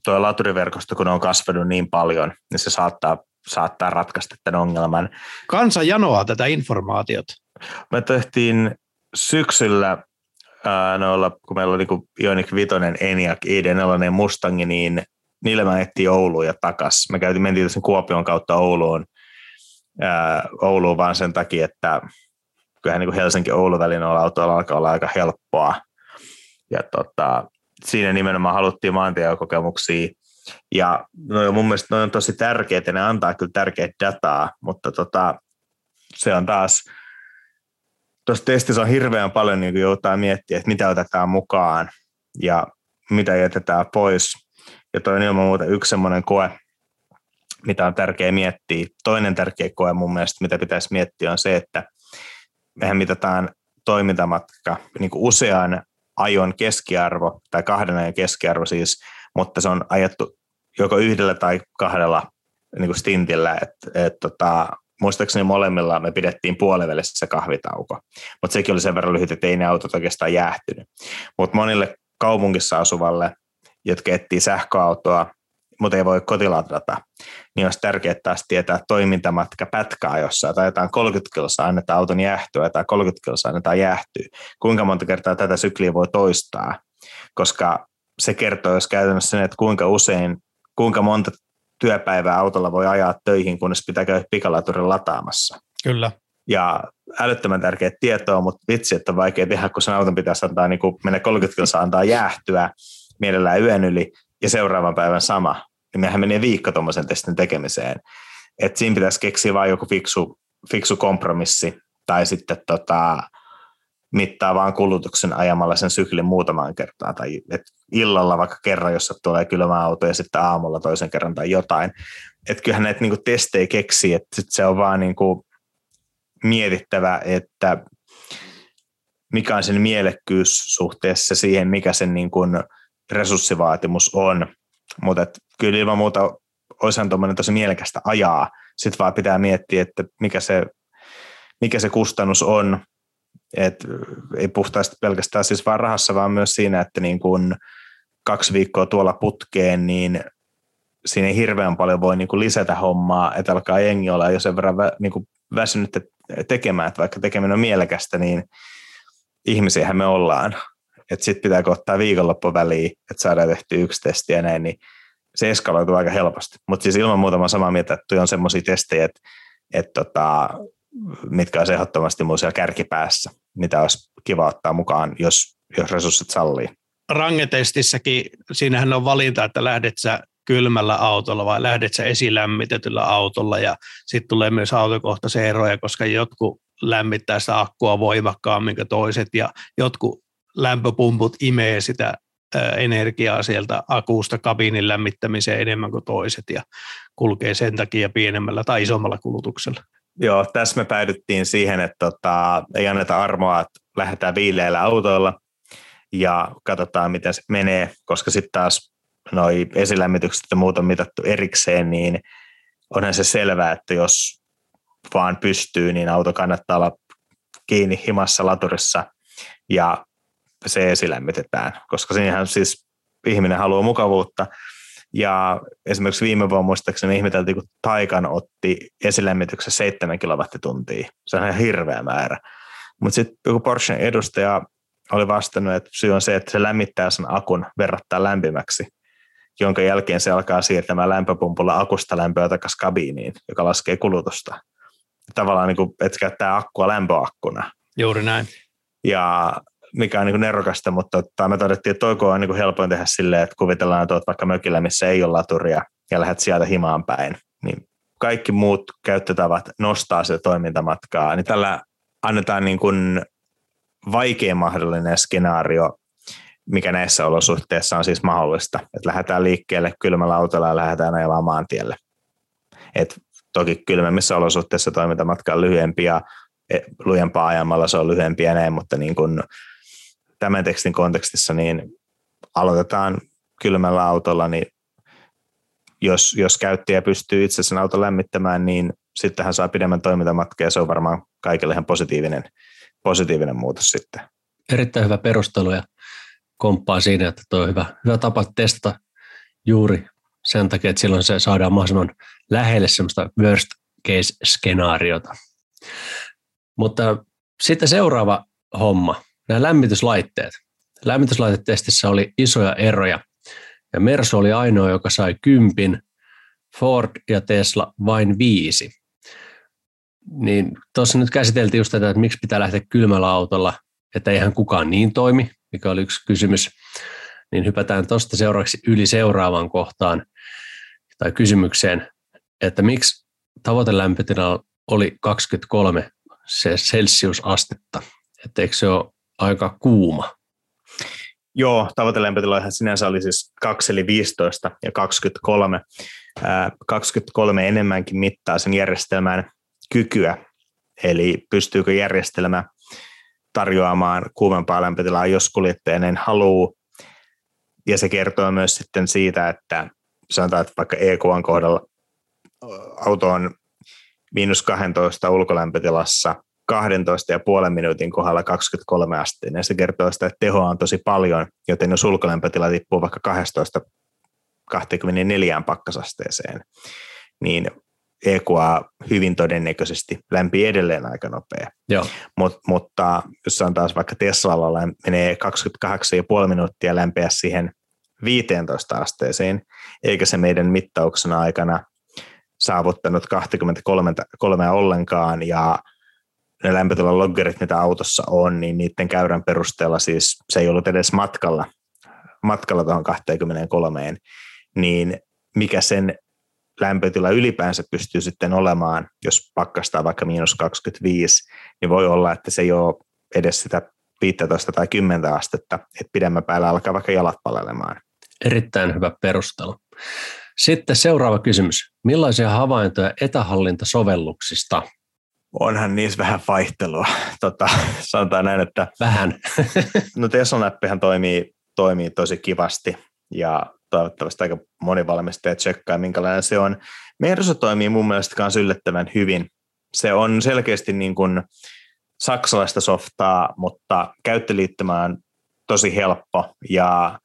S3: tuo laturiverkosto, kun on kasvanut niin paljon, niin se saattaa, saattaa ratkaista tämän ongelman.
S2: Kansa janoaa tätä informaatiota.
S3: Me tehtiin syksyllä ää, noilla, kun meillä oli niin Ioniq Vitoinen, Enyaq, I D neljä Mustangi, niin niillä mä ettiin Ouluun ja takas. Me käytiin, mentiin sen Kuopion kautta Ouluun, ää, Ouluun vaan sen takia, että kyllähän niin Helsinki-Oulu välin autoilla alkaa olla aika helppoa. Ja tota, siinä nimenomaan haluttiin maantiekokemuksia. Ja no, mun mielestä ne on tosi tärkeitä, ne antaa kyllä tärkeää dataa, mutta tota, se on taas, tuossa testissä on hirveän paljon niin joutaa miettiä, että mitä otetaan mukaan ja mitä jätetään pois. Ja toi on ilman muuta yksi semmoinen koe, mitä on tärkeää miettiä. Toinen tärkeä koe mun mielestä, mitä pitäisi miettiä, on se, että mehän mitataan toimintamatka niin kuin usean ajon keskiarvo, tai kahden ajon keskiarvo siis, mutta se on ajettu joko yhdellä tai kahdella niin kuin stintillä, että et, tota, muistaakseni molemmilla me pidettiin puolivälissä se kahvitauko, mutta sekin oli sen verran lyhyt, että ei ne autot oikeastaan jäähtynyt. Mutta monille kaupungissa asuvalle, jotka etsii sähköautoa, mutta ei voi kotiladata, niin olisi tärkeää taas tietää toimintamatka pätkäajossa, tai jotain kolmekymmentä kilossa annetaan auton jäähtyä, tai kolmekymmentä kilossa annetaan jäähtyä. Kuinka monta kertaa tätä sykliä voi toistaa, koska se kertoo jos käytännössä sen, että kuinka usein, kuinka monta työpäivää autolla voi ajaa töihin, kunnes pitää käydä pikalaturin lataamassa.
S2: Kyllä.
S3: Ja älyttömän tärkeä tietoa, mutta vitsi, että on vaikea tehdä, kun sen auton pitäisi antaa, niin kuin mennä kolmekymmentä kilossa antaa jäähtyä, mielellään yön yli, ja seuraavan päivän sama. Ja mehän menee viikko tuommoisen testin tekemiseen. Että siinä pitäisi keksiä vain joku fiksu, fiksu kompromissi, tai sitten tota, mittaa vaan kulutuksen ajamalla sen syklin muutamaan kertaan, tai et illalla vaikka kerran, jos tulee kylmä auto, ja sitten aamulla toisen kerran tai jotain. Että kyllähän näitä niinku testejä keksii, että sit se on vaan niinku mietittävä, että mikä on sen mielekkyys suhteessa siihen, mikä sen niinku resurssivaatimus on. Mutta kyllä ilman muuta olisihan tuommoinen tosi mielekästä ajaa. Sitten vaan pitää miettiä, että mikä se, mikä se kustannus on. Et ei puhtaasti pelkästään siis vaan rahassa, vaan myös siinä, että niin kun kaksi viikkoa tuolla putkeen, niin siinä ei hirveän paljon voi niin kun lisätä hommaa, että alkaa jengi olla jo sen verran vä, niin kun väsynyt tekemään, että vaikka tekeminen on mielekästä, niin ihmisiähän me ollaan. Että sitten pitääkö ottaa viikonloppu väliin, että saadaan tehty yksi testi ja näin, niin se eskaloituu aika helposti. Mutta siis ilman muuta mä samaa mieltä, että on semmoisia testejä, että, että tota, mitkä olisi ehdottomasti mun siellä kärkipäässä, mitä olisi kiva ottaa mukaan, jos, jos resurssit sallii.
S2: Rangetestissäkin, siinähän on valinta, että lähdet sä kylmällä autolla vai lähdet sä esilämmitetyllä autolla, ja sitten tulee myös autokohtaisia eroja, koska jotkut lämmittää sitä akkua voimakkaammin kuin toiset, ja jotkut lämpöpumput imee sitä energiaa sieltä akusta kabiinin lämmittämiseen enemmän kuin toiset, ja kulkee sen takia pienemmällä tai isommalla kulutuksella.
S3: Joo, tässä me päädyttiin siihen, että tota, ei anneta armoa, että lähdetään viileillä autoilla ja katsotaan, miten se menee, koska sitten taas noi esilämmitykset ja muut on mitattu erikseen, niin onhan se selvää, että jos vaan pystyy, niin auto kannattaa olla kiinni himassa laturissa ja se esilämmitetään, koska siinähän siis ihminen haluaa mukavuutta. Ja esimerkiksi viime vuonna muistaakseni ihmeteltiin, kun Taycan otti esilämmityksen seitsemän kilowattituntia. Se on ihan hirveä määrä. Mutta sitten joku Porschen edustaja oli vastannut, että syy on se, että se lämmittää sen akun verrattain lämpimäksi, jonka jälkeen se alkaa siirtämään lämpöpumpulla akusta lämpöä takaisin kabiiniin, joka laskee kulutusta. Tavallaan niin kuin, että käyttää akkua lämpöakkuna.
S2: Juuri näin.
S3: Ja mikä on niin kuin nerokasta, mutta tota, me todettiin, että toiko on niin kuin helpoin tehdä silleen, että kuvitellaan, että olet vaikka mökillä, missä ei ole laturia, ja lähdet sieltä himaan päin. Niin kaikki muut käyttötavat nostaa sitä toimintamatkaa, niin tällä annetaan niin kuin vaikein mahdollinen skenaario, mikä näissä olosuhteissa on siis mahdollista. Että lähdetään liikkeelle kylmällä autolla ja lähdetään ajamaan maantielle. Et toki kylmemmissä olosuhteissa toimintamatka on lyhyempi ja lujempaa ajamalla se on lyhyempi ja näin, mutta niin kuin tämän tekstin kontekstissa niin aloitetaan kylmällä autolla, niin jos, jos käyttäjä pystyy itse sen auton lämmittämään, niin sitten hän saa pidemmän toimintamatkan ja se on varmaan kaikille ihan positiivinen, positiivinen muutos sitten.
S4: Erittäin hyvä perustelu ja komppaa siinä, että tuo on hyvä, hyvä tapa testata juuri sen takia, että silloin se saadaan mahdollisimman lähelle semmoista worst case-skenaariota. Mutta sitten seuraava homma, nämä lämmityslaitteet. Lämmityslaitetestissä oli isoja eroja, ja Mersu oli ainoa, joka sai kympin, Ford ja Tesla vain viisi. Niin tuossa nyt käsiteltiin just tätä, että miksi pitää lähteä kylmällä autolla, että eihän kukaan niin toimi, mikä oli yksi kysymys. Niin hypätään tuosta seuraavaksi yli seuraavaan kohtaan tai kysymykseen, että miksi tavoitelämpötila oli kaksikymmentäkolme se celsiusastetta, että eikö se ole aika kuuma?
S3: Joo, tavoitelämpötiloihan sinänsä oli siis kaksi eli viisitoista ja kaksikymmentäkolme. Ää, kaksikymmentäkolme enemmänkin mittaa sen järjestelmän kykyä, eli pystyykö järjestelmä tarjoamaan kuumempaa lämpötilaa, jos kuljettaja näin haluaa. Ja se kertoo myös sitten siitä, että sanotaan, että vaikka E Q A:n kohdalla auto on miinus kaksitoista ulkolämpötilassa kaksitoista ja puolen minuutin kohdalla kaksikymmentäkolme asteen. Ja se kertoo sitä, että tehoa on tosi paljon, joten jos ulkolämpötila tippuu vaikka kaksitoista kaksikymmentäneljä pakkasasteeseen, niin E Q A hyvin todennäköisesti lämpii edelleen aika nopea. Mut, mutta jos on taas vaikka Teslalla menee kaksikymmentäkahdeksan ja puoli minuuttia lämpeä siihen viisitoista asteeseen, eikä se meidän mittauksena aikana saavuttanut kaksikymmentäkolme ollenkaan, ja ne lämpötilan loggerit, mitä autossa on, niin niiden käyrän perusteella siis se ei ollut edes matkalla, matkalla tuohon kaksikymmentäkolme, niin mikä sen lämpötila ylipäänsä pystyy sitten olemaan, jos pakkastaa vaikka miinus kaksikymmentäviisi, niin voi olla, että se ei ole edes sitä viisitoista tai kymmenen astetta, että pidemmän päällä alkaa vaikka jalat palelemaan.
S4: Erittäin hyvä perustelu. Sitten seuraava kysymys. Millaisia havaintoja etähallintasovelluksista?
S3: Onhan niissä vähän vaihtelua. Tota, sanotaan näin, että
S4: vähän.
S3: No Tesla-näppihän toimii, toimii tosi kivasti ja toivottavasti aika moni valmistaja tsekkaa, minkälainen se on. Mersu toimii mun mielestä myös yllättävän hyvin. Se on selkeästi niin kuin saksalaista softaa, mutta käyttöliittymä on tosi helppo ja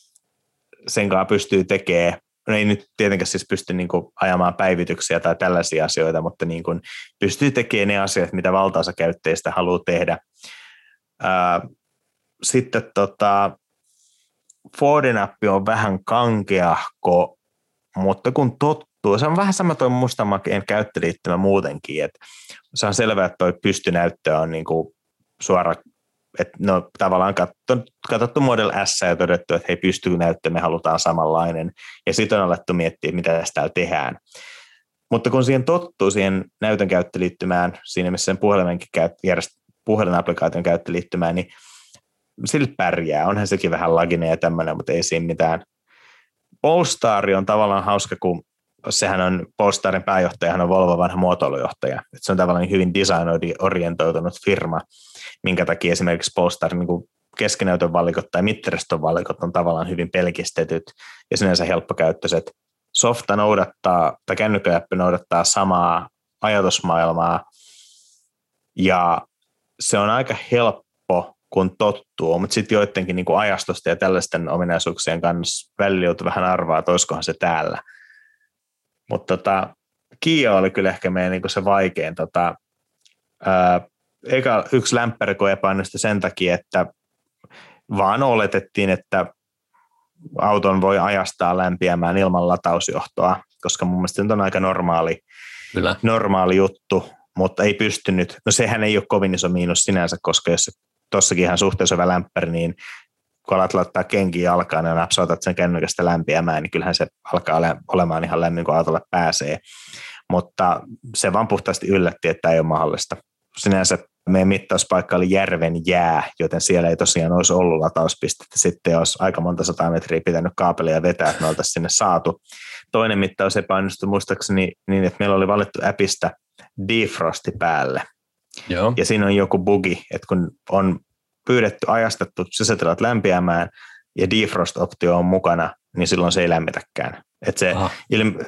S3: sen kanssa pystyy tekemään, no ei nyt tietenkään siis pysty niin kuin ajamaan päivityksiä tai tällaisia asioita, mutta niin kuin pystyy tekemään ne asiat, mitä valtaosa käyttäjistä haluaa tehdä. Ää, sitten tota, Ford-näppi on vähän kankeahko, mutta kun tottuu, se on vähän sama tuo mustamakeen käyttöliittymä muutenkin, että se on selvää, että tuo pystynäyttö on niin kuin suora, että no tavallaan katsottu, katsottu Model S ja todettu, että hei, pystynäyttö, me halutaan samanlainen, ja sitten on alettu miettiä, mitä tässä täällä tehdään. Mutta kun siihen tottuu, siihen näytön käyttöliittymään, siinä missä sen puhelimenkin puhelinapplikaation käyttöliittymään, niin sillä pärjää. Onhan sekin vähän laginen ja tämmöinen, mutta ei siinä mitään. Polestar on tavallaan hauska, kun sehän on, Polestarin pääjohtajahan on Volvo vanha muotoilujohtaja. Et se on tavallaan hyvin design-orientoitunut firma, minkä takia esimerkiksi Polestarin niin keskinäytön valikot tai mittariston valikot on tavallaan hyvin pelkistetyt ja sinänsä helppokäyttöiset. Softa noudattaa, tai kännykkäjäppi noudattaa samaa ajatusmaailmaa, ja se on aika helppo, kun tottuu, mutta sitten joidenkin niin kuin ajastosta ja tällaisten ominaisuuksien kanssa välillä joutuu vähän arvaa, että olisikohan se täällä. Mutta tota, Kia oli kyllä ehkä meidän niin kuin se vaikein. Tota, ää, eikä yksi lämpäriko epäonnistui sen takia, että vaan oletettiin, että auton voi ajastaa lämpiämään ilman latausjohtoa, koska mun mielestä se on aika normaali, normaali juttu, mutta ei pystynyt. No sehän ei ole kovin iso miinus sinänsä, koska jos tossakin ihan suhteessa hyvä lämpäri, niin kun alat laittaa kenkiä jalkaan ja napsautat sen kännykästä lämpiämään, niin kyllähän se alkaa olemaan ihan lämmin, kun autolle pääsee. Mutta se vaan puhtaasti yllätti, että ei ole mahdollista. Sinänsä meidän mittauspaikka oli järven jää, joten siellä ei tosiaan olisi ollut latauspistettä. Sitten olisi aika monta sataa metriä pitänyt kaapelia vetää, että me oltaisiin sinne saatu. Toinen mittaus epäonnistui muistaakseni niin, että meillä oli valittu appista defrosti päälle.
S4: Joo.
S3: Ja siinä on joku bugi, että kun on pyydetty, ajastettu sisätilat lämpiämään ja defrost-optio on mukana, niin silloin se ei lämmitäkään. Että se ilme-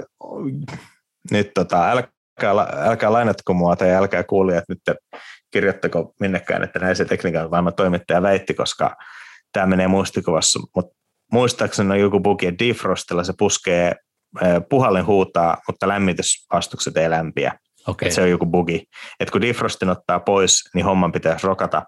S3: nyt tota, älkää, älkää lainatko mua tai älkää kuulijat nyt kirjoittako minnekään, että näin se tekniikan maailman toimittaja väitti, koska tämä menee muistikuvassa, mutta muistaakseni on joku bugi, että defrostilla se puskee, puhallin huutaa, mutta lämmitysastukset ei lämpiä.
S4: Okay.
S3: Että se on joku bugi. Että kun defrostin ottaa pois, niin homman pitäisi rokata,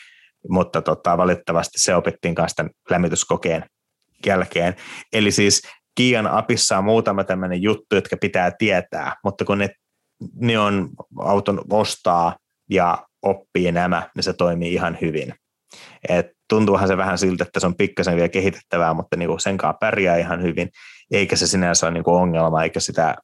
S3: mutta tota, valitettavasti se opittiin kanssa tämän lämmityskokeen jälkeen. Eli siis Kian apissa on muutama tämmöinen juttu, jotka pitää tietää, mutta kun ne, ne on auton ostaa ja oppii nämä, niin se toimii ihan hyvin. Et tuntuuhan se vähän siltä, että se on pikkasen vielä kehitettävää, mutta niinku sen kanssa pärjää ihan hyvin, eikä se sinänsä ole niinku ongelma, eikä sitä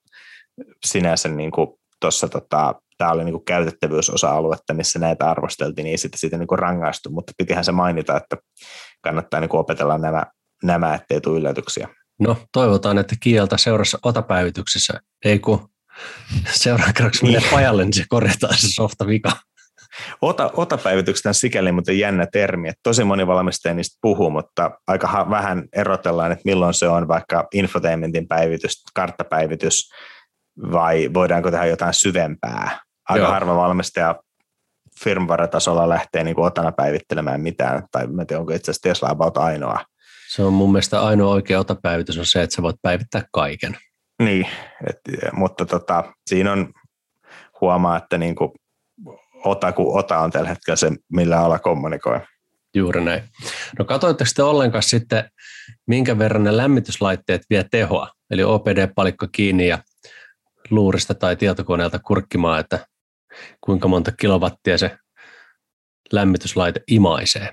S3: sinänsä niinku tuossa, tota, tämä oli niinku käytettävyysosa-aluetta, missä näitä arvosteltiin, niin ei sitä siitä niinku rangaistu, mutta pitihän se mainita, että kannattaa niinku opetella nämä, nämä, ettei tule yllätyksiä.
S4: No toivotaan, että Kialta seurassa otapäivityksessä, ei kun seuraan kerroksi menee pajalle, niin se korjataan se softa vika.
S3: Ota, otapäivitykset on sikäli muuten jännä termi, että tosi moni valmistaja niistä puhuu, mutta aika vähän erotellaan, että milloin se on vaikka infotainmentin päivitys, karttapäivitys, vai voidaanko tehdä jotain syvempää. Aika Joo. harva valmistaja firmware-tasolla lähtee niin kuin otana päivittelemään mitään, tai mä tiedän, onko itse asiassa Tesla about ainoa.
S4: Se on mun mielestä ainoa oikea otapäivitys on se, että sä voit päivittää kaiken.
S3: Niin, et, mutta tota, siinä on huomaa, että niin kuin ota kuin ota on tällä hetkellä se, millä ala kommunikoi.
S4: Juuri näin. No katsoitteko te ollenkaan sitten, minkä verran ne lämmityslaitteet vie tehoa? Eli O P D-palikko kiinni ja luurista tai tietokoneelta kurkkimaan, että kuinka monta kilowattia se lämmityslaite imaisee?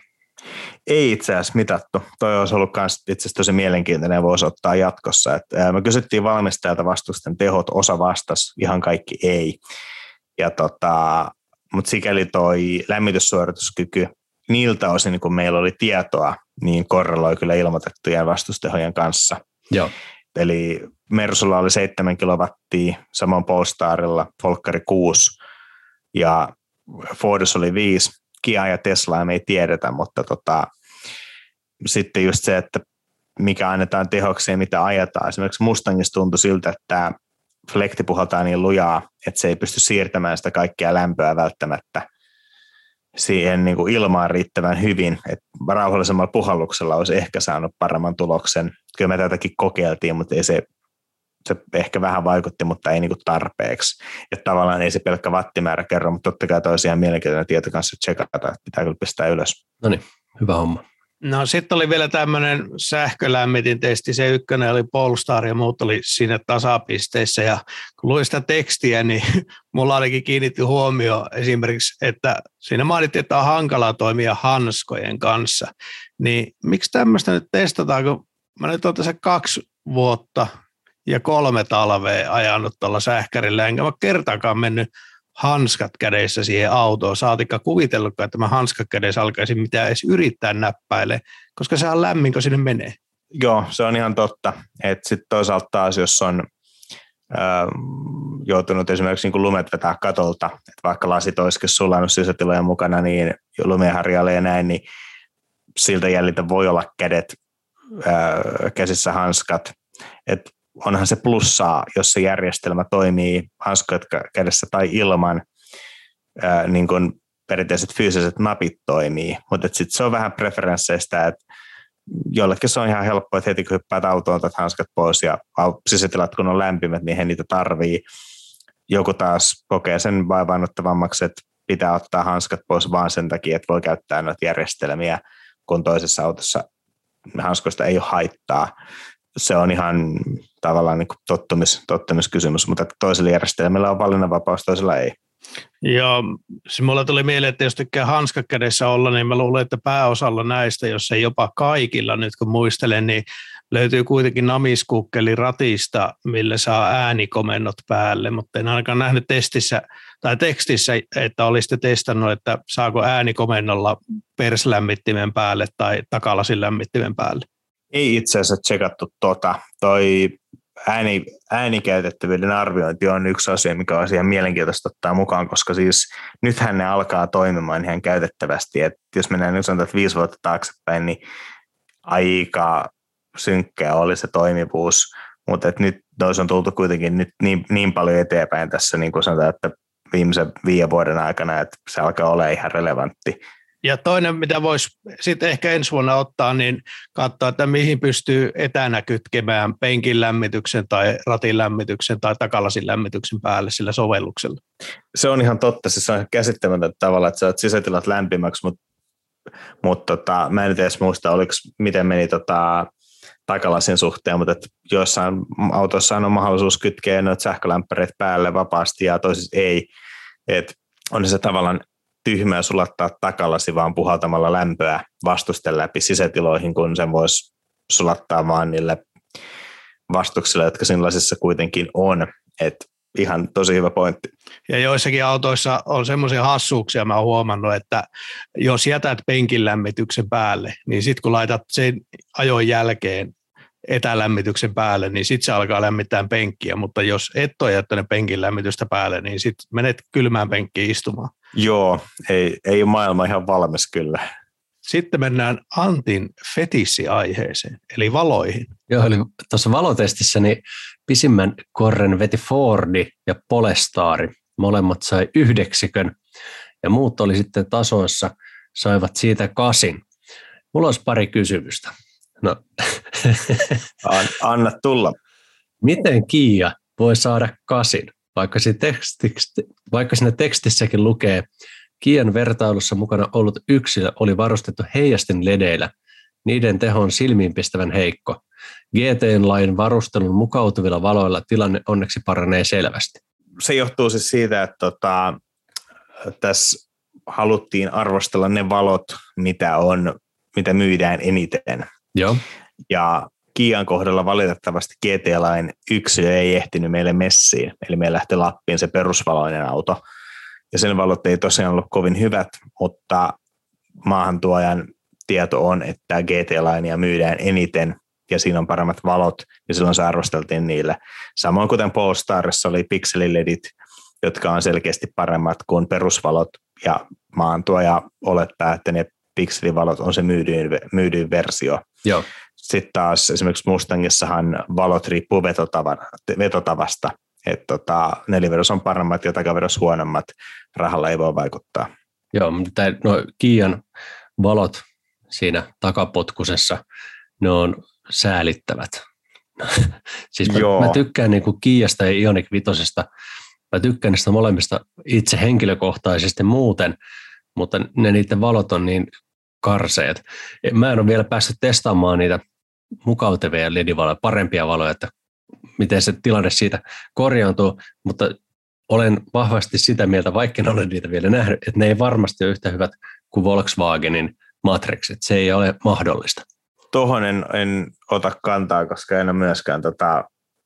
S3: Ei itse asiassa mitattu. Toi olisi ollut myös itse asiassa tosi mielenkiintoinen ja voisi ottaa jatkossa. Että me kysyttiin valmistajalta vastusten tehot, osa vastasi, ihan kaikki ei. Ja tota, mutta sikäli toi lämmityssuorituskyky, niiltä osin niin kun meillä oli tietoa, niin korreloi kyllä ilmoitettujen vastustehojen kanssa.
S4: Joo.
S3: Eli Mersulla oli seitsemän kilowattia, samoin Polestarilla, Volkkari kuusi ja Fordissa oli viisi. Kia ja Teslaa me ei tiedetä, mutta tota, sitten just se, että mikä annetaan tehoksi ja mitä ajetaan. Esimerkiksi Mustangissa tuntui siltä, että tämä flekti puhaltaa niin lujaa, että se ei pysty siirtämään sitä kaikkea lämpöä välttämättä siihen niin kuin ilmaan riittävän hyvin. Että rauhallisemmalla puhalluksella olisi ehkä saanut paremman tuloksen. Kyllä me tätäkin kokeiltiin, mutta ei se, se ehkä vähän vaikutti, mutta ei niin kuin tarpeeksi. Että tavallaan ei se pelkkä wattimäärä kerro, mutta totta kai toisiaan mielenkiintoinen tieto kanssa tsekata, että pitää kyllä pistää ylös.
S4: No niin, hyvä homma.
S2: No sitten oli vielä tämmöinen sähkölämmitin testi, se ykkönen oli Polestar ja muut oli siinä tasapisteissä ja kun luin sitä tekstiä, niin mulla ainakin kiinnitti huomioon esimerkiksi, että siinä mainittiin, että on hankalaa toimia hanskojen kanssa, niin miksi tämmöistä nyt testataan, kun mä nyt olen tässä kaksi vuotta ja kolme talvea ajanut tuolla sähkärillä, enkä mä kertaakaan mennyt hanskat kädessä siihen autoon, saatikka kuvitellutkaan, että mä hanskat kädessä alkaisin mitään edes yrittää näppäilemään, koska se on lämmin, kun sinne menee.
S3: Joo, se on ihan totta. Sitten toisaalta taas, jos on äh, joutunut esimerkiksi niin lumet vetää katolta, että vaikka lasit olisikin sulannut sisätilojen mukana, niin lumiharjalle ja näin, niin siltä jäljiltä voi olla kädet, äh, käsissä hanskat. Et onhan se plussaa, jos se järjestelmä toimii hanskoja kädessä tai ilman, ää, niin kuin perinteiset fyysiset napit toimii, mutta sitten se on vähän preferensseistä, että jollekin se on ihan helppoa, että heti kun hyppäät autoon, otat hanskat pois ja sisätilat kun on lämpimät, niin he niitä tarvii. Joku taas kokee sen vaivaannuttavammaksi, että pitää ottaa hanskat pois vaan sen takia, että voi käyttää noita järjestelmiä, kun toisessa autossa hanskoista ei ole haittaa. Se on ihan tavallaan niin kuin tottumis, tottumiskysymys, mutta toisella järjestelmällä on valinnanvapaus, toisella ei.
S2: Joo, se mulla tuli mieleen, että jos tykkää hanskat kädessä olla, niin mä luulen, että pääosalla näistä, jos ei jopa kaikilla nyt kun muistelen, niin löytyy kuitenkin namiskukkeli ratista, millä saa äänikomennot päälle, mutta en ainakaan nähnyt testissä tai tekstissä, että olisitte testannut, että saako äänikomennolla perslämmittimen päälle tai takalasin lämmittimen päälle.
S3: Ei itse asiassa tsekattu tota. Toi ääni, äänikäytettävyyden arviointi on yksi asia, mikä on ihan mielenkiintoista ottaa mukaan, koska siis nythän ne alkaa toimimaan ihan käytettävästi. Et jos mennään nyt sanotaan, että viisi vuotta taaksepäin, niin aika synkkää oli se toimivuus, mutta nyt tois on tultu kuitenkin nyt niin, niin paljon eteenpäin tässä, niin kuin sanotaan, että viimeisen viiden vuoden aikana, että se alkaa olla ihan relevantti.
S2: Ja toinen, mitä voisi sitten ehkä ensi vuonna ottaa, niin katsoa, että mihin pystyy etänä kytkemään penkin lämmityksen tai ratin lämmityksen tai takalasin lämmityksen päälle sillä sovelluksella.
S3: Se on ihan totta, siis se on käsittämätöntä tavalla, että sä oot sisätilat lämpimäksi, mutta mut tota, mä en nyt edes muista, oliko, miten meni tota, takalasin suhteen, mutta et joissain autoissa on mahdollisuus kytkeä noita sähkölämpäreitä päälle vapaasti ja toisissa ei. Et on se tavallaan tyhmää sulattaa takalasi vaan puhaltamalla lämpöä vastusten läpi sisätiloihin, kun sen voisi sulattaa vaan niille vastuksille, jotka siinä lasissa kuitenkin on. Et ihan tosi hyvä pointti.
S2: Ja joissakin autoissa on semmoisia hassuuksia, mä oon huomannut, että jos jätät penkin lämmityksen päälle, niin sitten kun laitat sen ajon jälkeen etälämmityksen päälle, niin sitten se alkaa lämmittää penkkiä, mutta jos et ole jättänyt penkin lämmitystä päälle, niin sitten menet kylmään penkkiin istumaan.
S3: Joo, ei, ei ole maailma ihan valmis kyllä.
S2: Sitten mennään Antin fetissi-aiheeseen, eli valoihin.
S4: Joo, eli tuossa valotestissä niin pisimmän korren veti Fordi ja Polestari. Molemmat sai yhdeksikön ja muut oli sitten tasoissa, saivat siitä kasin. Mulla olisi pari kysymystä. No.
S3: Anna tulla.
S4: Miten Kia voi saada kasin, vaikka siinä, teksti, vaikka siinä tekstissäkin lukee, Kian vertailussa mukana ollut yksilö oli varustettu heijastin ledeillä. Niiden teho on silmiinpistävän heikko. G T-lain varustelun mukautuvilla valoilla tilanne onneksi paranee selvästi.
S3: Se johtuu siis siitä, että tota, tässä haluttiin arvostella ne valot, mitä, on, mitä myydään eniten.
S4: Joo.
S3: Ja Kian kohdalla valitettavasti G T-lain yksilö ei ehtinyt meille messiin, eli meillä lähti Lappiin se perusvaloinen auto. Ja sen valot ei tosiaan ollut kovin hyvät, mutta maahantuojan tieto on, että G T-lainia myydään eniten ja siinä on paremmat valot ja silloin se arvosteltiin niille. Samoin kuten Polestarissa oli pikseliledit, jotka on selkeästi paremmat kuin perusvalot ja maahantuoja olettaa, että ne pikselivalot on se myydyin, myydyin versio.
S4: Joo.
S3: Sitten taas esimerkiksi Mustangissahan valot riippuu vetotavasta. Että tota, nelivedos on paremmat ja takavedos huonommat. Rahalla ei voi vaikuttaa.
S4: Joo, mutta no, Kian valot siinä takapotkusessa, ne on säälittävät. Siis mä, mä tykkään niin kuin Kiasta ja Ioniq vitosesta. Mä tykkään niistä molemmista itse henkilökohtaisesti muuten, mutta ne niiden valot on niin karseet. Mä en ole vielä päässyt testaamaan niitä mukautuvia L E D-valoja, parempia valoja, että miten se tilanne siitä korjaantuu, mutta olen vahvasti sitä mieltä, vaikka en ole niitä vielä nähnyt, että ne ei varmasti ole yhtä hyvät kuin Volkswagenin Matrixit. Se ei ole mahdollista.
S3: Tuohon en, en ota kantaa, koska en ole myöskään tota,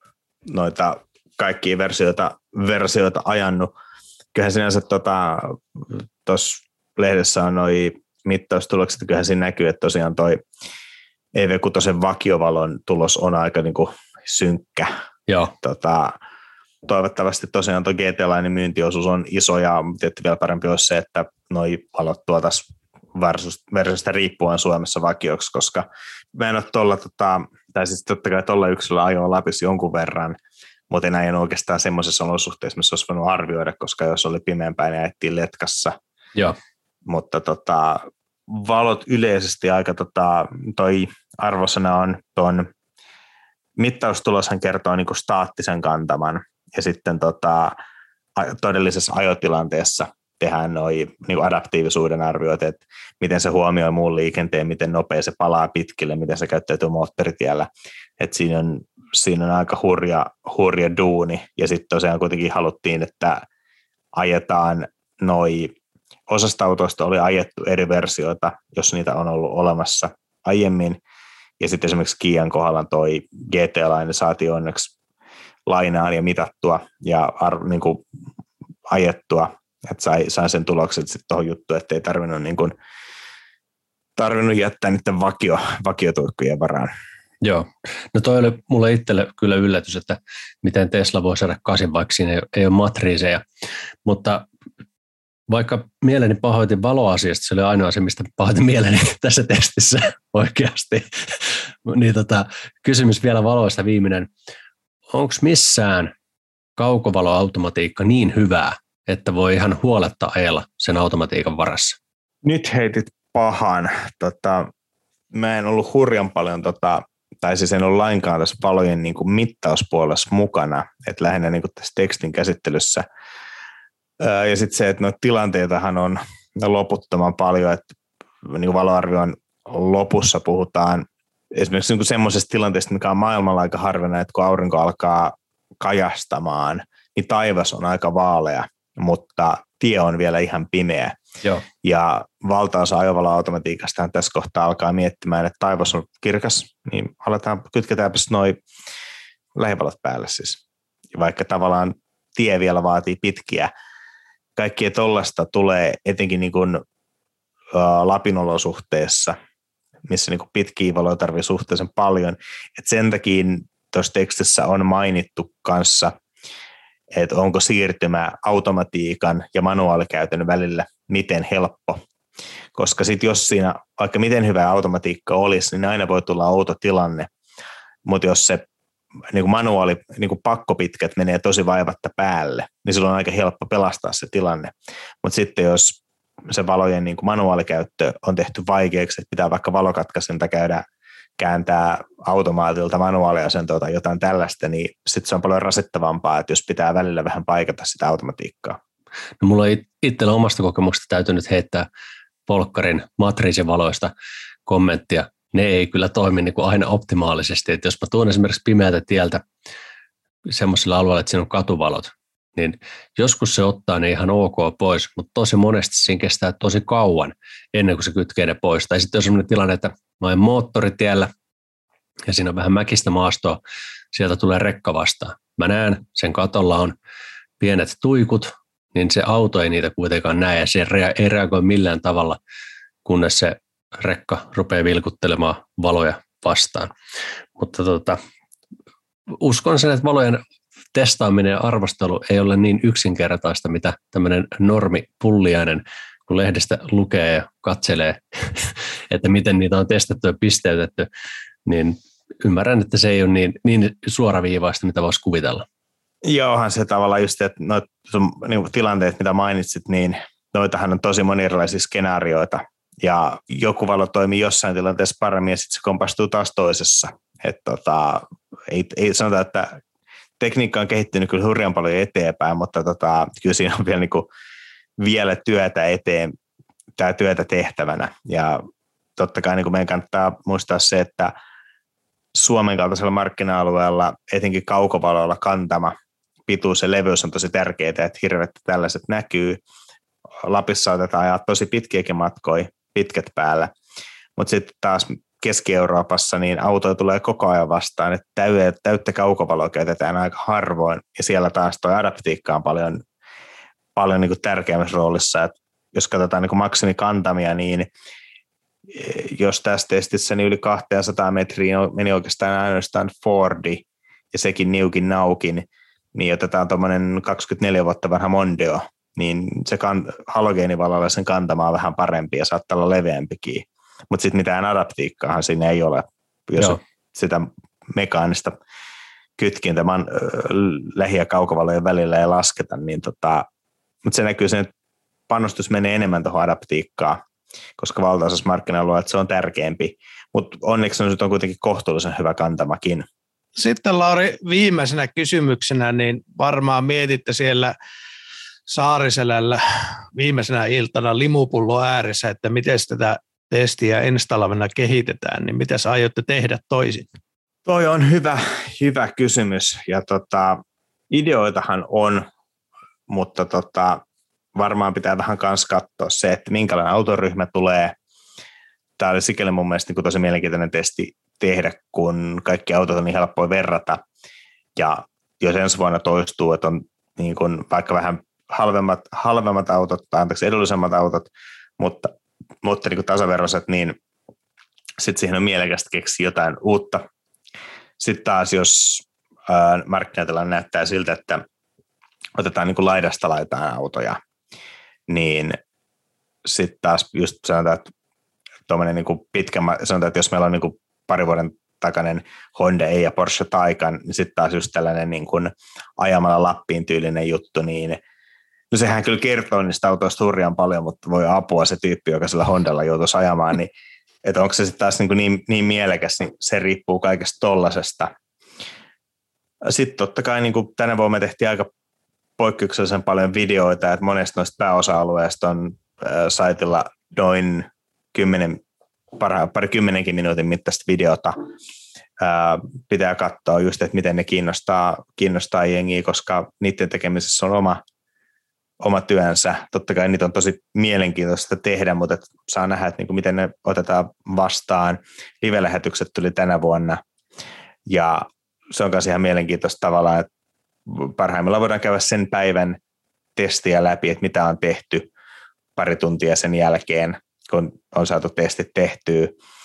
S3: noita kaikkia versioita, versioita ajannut. Kyllähän sinänsä tuossa tota, lehdessä on noi mittaustulokset, kyllähän siinä näkyy, että tosiaan toi E V kuusi vakiovalon tulos on aika niin kuin synkkä.
S4: Joo. Tota,
S3: toivottavasti tosiaan tuo G T-lainen myyntiosuus on iso ja tietysti vielä parempi olisi se, että noi valot tuotaisiin versiosta riippuen Suomessa vakioksi, koska mä en ole tuolla, tota, tai siis totta kai tuolla yksilöllä ajoa Lapissa jonkun verran, mutta en ajan oikeastaan semmoisessa olosuhteessa, missä olisi voinut arvioida, koska jos oli pimeänpäin ja ajettiin letkassa.
S4: Joo.
S3: Mutta tota, valot yleisesti aika, tota, toi arvosana on tuon mittaustuloshan kertoo niin kuin staattisen kantaman ja sitten tota, todellisessa ajotilanteessa tehdään noi niin kuin adaptiivisuuden arvioita, että miten se huomioi muun liikenteen, miten nopea se palaa pitkille, miten se käyttäytyy moottoritiellä. Että siinä on, siinä on aika hurja, hurja duuni ja sitten tosiaan kuitenkin haluttiin, että ajetaan noi, osasta autoista oli ajettu eri versioita, jos niitä on ollut olemassa aiemmin. Ja sitten esimerkiksi Kian kohdalla toi G T-lainen saatiin onneksi lainaan ja mitattua ja ar- niin kuin ajettua, että sai, sai sen tulokset sitten tuohon juttuun, että ei tarvinnut, niin kuin, tarvinnut jättää niiden vakio, vakiotuikkujen varaan.
S4: Joo, no toi oli mulle itselle kyllä yllätys, että miten Tesla voi saada kasin, vaikka siinä ei, ei ole matriiseja, mutta vaikka mieleni pahoitin valoasiasta, se oli ainoa asia, mistä pahoitin mieleni tässä testissä oikeasti. Niin tota, kysymys vielä valoista viimeinen. Onko missään kaukovaloautomatiikka niin hyvää, että voi ihan huoletta ajella sen automatiikan varassa?
S3: Nyt heitit pahan. Tota, mä en ollut hurjan paljon, tota, tai siis en ollut lainkaan tässä valojen niin kuin mittauspuolessa mukana, että lähinnä niin kuin tässä tekstin käsittelyssä. Ää, ja sitten se, että noita tilanteitahan on loputtoman paljon, että niin kuin valoarvion lopussa puhutaan esimerkiksi niin semmoisesta tilanteesta, mikä on maailmalla aika harvinainen, että kun aurinko alkaa kajastamaan, niin taivas on aika vaalea, mutta tie on vielä ihan pimeä.
S4: Joo.
S3: Ja valtaosa ajovalo-automatiikasta tässä kohtaa alkaa miettimään, että taivas on kirkas, niin aletaan, kytketäänpäs noi lähivalot päälle siis. Vaikka tavallaan tie vielä vaatii pitkiä. Kaikkia tollaista tulee etenkin niin kuin, ä, Lapin olosuhteessa, missä niin kuin pitkiä valoja tarvii suhteellisen paljon. Et sen takia tuossa tekstissä on mainittu kanssa, että onko siirtymä automatiikan ja manuaalikäytön välillä miten helppo. Koska sitten jos siinä vaikka miten hyvä automatiikka olisi, niin aina voi tulla outo tilanne. Mutta jos se niin kuin manuaali, niin kuin pakkopitkät menee tosi vaivatta päälle, niin silloin on aika helppo pelastaa se tilanne. Mutta sitten jos se valojen niin kuin manuaalikäyttö on tehty vaikeaksi, että pitää vaikka valokatkaisinta käydä kääntää automaatilta manuaaliasentoa tai jotain tällaista, niin sitten se on paljon rasittavampaa, että jos pitää välillä vähän paikata sitä automatiikkaa.
S4: No, mulla on itsellä omasta kokemuksesta täytynyt heittää polkkarin matriisivaloista kommenttia. Ne ei kyllä toimi niin kuin aina optimaalisesti. Että jos mä tuon esimerkiksi pimeältä tieltä semmoisella alueella, että siinä on katuvalot, niin joskus se ottaa ne ihan ok pois, mutta tosi monesti siinä kestää tosi kauan ennen kuin se kytkee ne pois. Tai sitten on sellainen tilanne, että mä olen moottoritiellä ja siinä on vähän mäkistä maastoa, sieltä tulee rekka vastaan. Mä näen, sen katolla on pienet tuikut, niin se auto ei niitä kuitenkaan näe ja se ei reagoi millään tavalla, kunnes se rekka rupeaa vilkuttelemaan valoja vastaan. Mutta tota, uskon sen, että valojen testaaminen ja arvostelu ei ole niin yksinkertaista, mitä tämmöinen normipulliainen, kun lehdestä lukee ja katselee, että miten niitä on testattu ja pisteytetty, niin ymmärrän, että se ei ole niin, niin suoraviivaista, mitä voisi kuvitella.
S3: Joohan se tavallaan just, että noit niin tilanteet, mitä mainitsit, niin noitahan on tosi moni erilaisia skenaarioita, ja joku valo toimii jossain tilanteessa paremmin, ja sitten se kompastuu taas toisessa. Että tota, ei, ei sanota, että tekniikka on kehittynyt kyllä hurjan paljon eteenpäin, mutta tota, kyllä siinä on vielä, niin kuin, vielä työtä eteen, tämä työtä tehtävänä. Ja totta kai niin kuin meidän kannattaa muistaa se, että Suomen kaltaisella markkina-alueella, etenkin kaukovaloilla kantama pituus ja leveys on tosi tärkeää, että hirvet tällaiset näkyy. Lapissa otetaan ajaa tosi pitkiäkin matkoja, pitkät päällä, mutta sitten taas Keski-Euroopassa niin autoja tulee koko ajan vastaan, että täyttä kaukovaloa käytetään aika harvoin, ja siellä taas tuo adaptiikka on paljon, paljon niin kuin tärkeämmässä roolissa. Et jos katsotaan niin kuin maksimikantamia, niin jos tässä testissä niin yli kaksisataa metriä meni oikeastaan ainoastaan Fordi, ja sekin niukin naukin, niin otetaan tuommoinen kaksikymmentäneljä vuotta vanha Mondeo, niin se kan- halogeenivalolla sen kantama on vähän parempi ja saattaa olla leveämpikin. Mutta sitten mitään adaptiikkaahan siinä ei ole, jos Joo. sitä mekaanista kytkintä man, lähi- ja kaukovalojen välillä ei lasketa. Niin tota, mutta se näkyy sen, että panostus menee enemmän tuohon adaptiikkaan, koska valtaosassa markkina-alueella se on tärkeämpi. Mutta onneksi on, on kuitenkin kohtuullisen hyvä kantamakin.
S2: Sitten Lauri, viimeisenä kysymyksenä, niin varmaan mietitte siellä Saariselällä viimeisenä iltana limupullo ääressä, että miten tätä testiä ensi talvena kehitetään, niin mitä sä aiotte tehdä toisin?
S3: Toi on hyvä, hyvä kysymys, ja tota, ideoitahan on, mutta tota, varmaan pitää vähän kanssa katsoa se, että minkälainen autoryhmä tulee. Tämä oli sikäli mun mielestä niin tosi mielenkiintoinen testi tehdä, kun kaikki autot on niin helppoa verrata, ja jos ensi vuonna toistuu, että on niin kuin vaikka vähän halvemmat, halvemmat autot, tai anteeksi edullisemmat autot, mutta mutta niin kuin tasaveroiset, niin sitten siihen on mielekästä keksiä jotain uutta. Sitten taas, jos markkinatilanne näyttää siltä, että otetaan niin kuin laidasta laitaan autoja, niin sitten taas just sanotaan, että tuommoinen niin kuin pitkä, sanotaan, että jos meillä on niin kuin pari vuoden takainen Honda E ja Porsche Taycan, niin sitten taas just tällainen niin kuin ajamalla Lappiin tyylinen juttu, niin no sehän kyllä kertoo niistä autoista hurjan paljon, mutta voi apua se tyyppi, joka sillä Hondalla joutuisi ajamaan, niin että onko se sitten taas niin, niin, niin mielekäs, niin se riippuu kaikesta tollasesta. Sitten totta kai niin kuin tänä vuonna me tehtiin aika poikkeuksellisen paljon videoita, että monesta noista pääosa-alueista on äh, saitilla noin kymmenen, parha, pari kymmenenkin minuutin mittaista videota. Äh, pitää katsoa just, että miten ne kiinnostaa, kiinnostaa jengiä, koska niiden tekemisessä on oma, oma työnsä. Totta kai niitä on tosi mielenkiintoista tehdä, mutta et saa nähdä, että niinku miten ne otetaan vastaan. Live-lähetykset tuli tänä vuonna ja se on myös ihan mielenkiintoista tavallaan, että parhaimmillaan voidaan käydä sen päivän testiä läpi, että mitä on tehty pari tuntia sen jälkeen, kun on saatu testit tehtyä.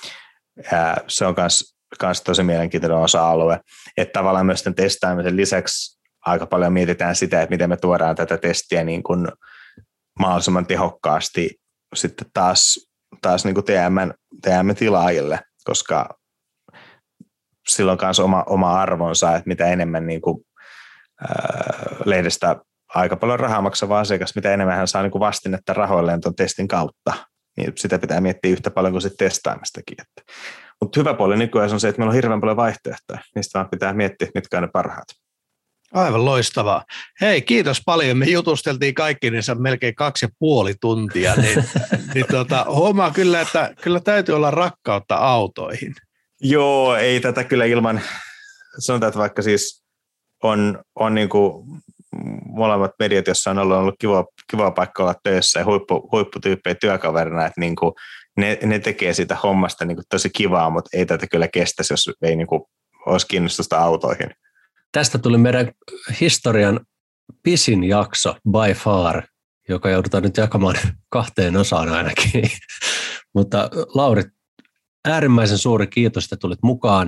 S3: Se on myös tosi mielenkiintoinen osa-alue. Että tavallaan myös tämän testaamisen lisäksi aika paljon mietitään sitä, että miten me tuodaan tätä testiä niin kuin mahdollisimman tehokkaasti sitten taas, taas niin kuin T M-tilaajille, koska sillä on myös oma, oma arvonsa, että mitä enemmän niin kuin, ää, lehdestä aika paljon rahaa maksava asiakas, mitä enemmän hän saa niin kuin vastinetta rahoilleen tuon testin kautta, niin sitä pitää miettiä yhtä paljon kuin sitten testaamistakin. Mutta hyvä puoli nykyään on se, että meillä on hirveän paljon vaihtoehtoja, niistä vaan pitää miettiä, mitkä on ne parhaat.
S2: Aivan loistavaa. Hei, kiitos paljon. Me jutusteltiin kaikkinensa melkein kaksi ja puoli tuntia, niin, niin tuota, huomaa kyllä, että kyllä täytyy olla rakkautta autoihin.
S3: Joo, ei tätä kyllä ilman, sanotaan, että vaikka siis on, on niin kuin molemmat mediat, joissa on ollut, ollut kiva, kiva paikka olla töissä ja huippu, huipputyyppejä työkaverina, että niin kuin ne, ne tekee sitä hommasta niin kuin tosi kivaa, mutta ei tätä kyllä kestäisi, jos ei niin kuin olisi kiinnostusta autoihin.
S4: Tästä tuli meidän historian pisin jakso by far, joka joudutaan nyt jakamaan kahteen osaan ainakin. Mutta Lauri, äärimmäisen suuri kiitos, että tulit mukaan.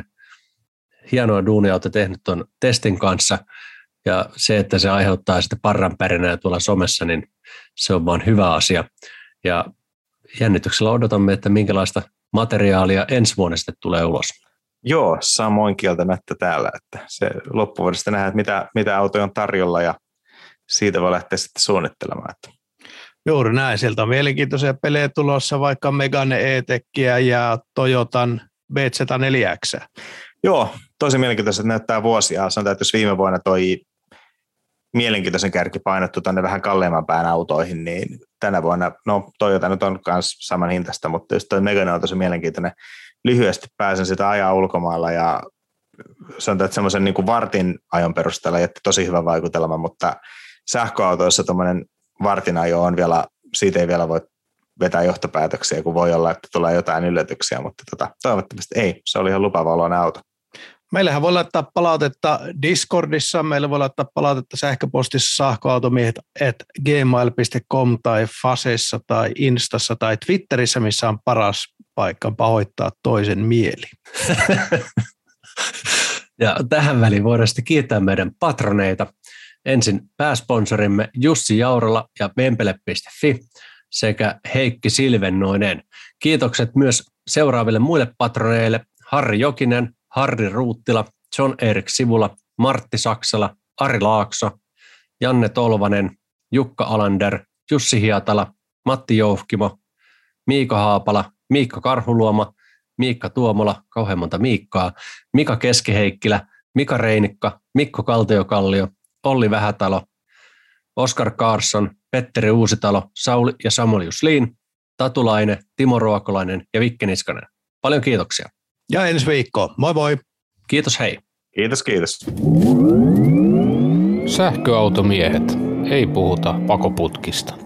S4: Hienoa duunia olette tehnyt tuon testin kanssa. Ja se, että se aiheuttaa sitten parranpärinää tuolla somessa, niin se on vaan hyvä asia. Ja jännityksellä odotamme, että minkälaista materiaalia ensi vuonna sitten tulee ulos.
S3: Joo, samoin kieltämättä täällä, että se loppuvuodesta nähdään, että mitä, mitä autoja on tarjolla ja siitä voi lähteä sitten suunnittelemaan.
S2: Juuri näin, sieltä on mielenkiintoisia pelejä tulossa, vaikka Megane E-Techiä ja Toyotan B Z neljä X.
S3: Joo, tosi mielenkiintoista, että näyttää vuosia. Sanotaan, että jos viime vuonna toi mielenkiintoisen kärki painottu tuonne vähän kalleimman pään autoihin, niin tänä vuonna, no Toyota nyt on myös saman hintaista, mutta jos toi Megane on tosi mielenkiintoinen, lyhyesti pääsen sitä ajaa ulkomailla ja sanotaan, että semmoisen niin kuin vartin ajon perusteella jätti tosi hyvä vaikutelma, mutta sähköautoissa tuommoinen vartin ajo on vielä, siitä ei vielä voi vetää johtopäätöksiä, kun voi olla, että tulee jotain yllätyksiä, mutta tota, toivottavasti ei. Se oli ihan lupaava oloinen auto.
S2: Meillähän voi laittaa palautetta Discordissa, meillä voi laittaa palautetta sähköpostissa sähköautomiehet at gmail piste com tai Fasessa tai Instassa tai Twitterissä, missä on paras paikka pahoittaa toisen mieli.
S4: Ja tähän väliin voidaan sitten kiittää meidän patroneita. Ensin pääsponsorimme Jussi Jaurola ja Vempele piste fi sekä Heikki Silvennoinen. Kiitokset myös seuraaville muille patroneille: Harri Jokinen, Harri Ruuttila, John Erik Sivula, Martti Saksala, Ari Laakso, Janne Tolvanen, Jukka Alander, Jussi Hiatala, Matti Jouhkimo, Miika Haapala, Miikka Karhuluoma, Miikka Tuomola, kauhean monta Miikkaa, Mika Keskiheikkilä, Mika Reinikka, Mikko Kaltiokallio, Olli Vähätalo, Oskar Karsson, Petteri Uusitalo, Sauli ja Samuel Juslin, Tatulainen, Timo Ruokolainen ja Vikke Niskanen. Paljon kiitoksia.
S2: Ja ensi viikkoon. Moi moi.
S4: Kiitos, hei.
S3: Kiitos, kiitos.
S1: Sähköautomiehet. Ei puhuta pakoputkista.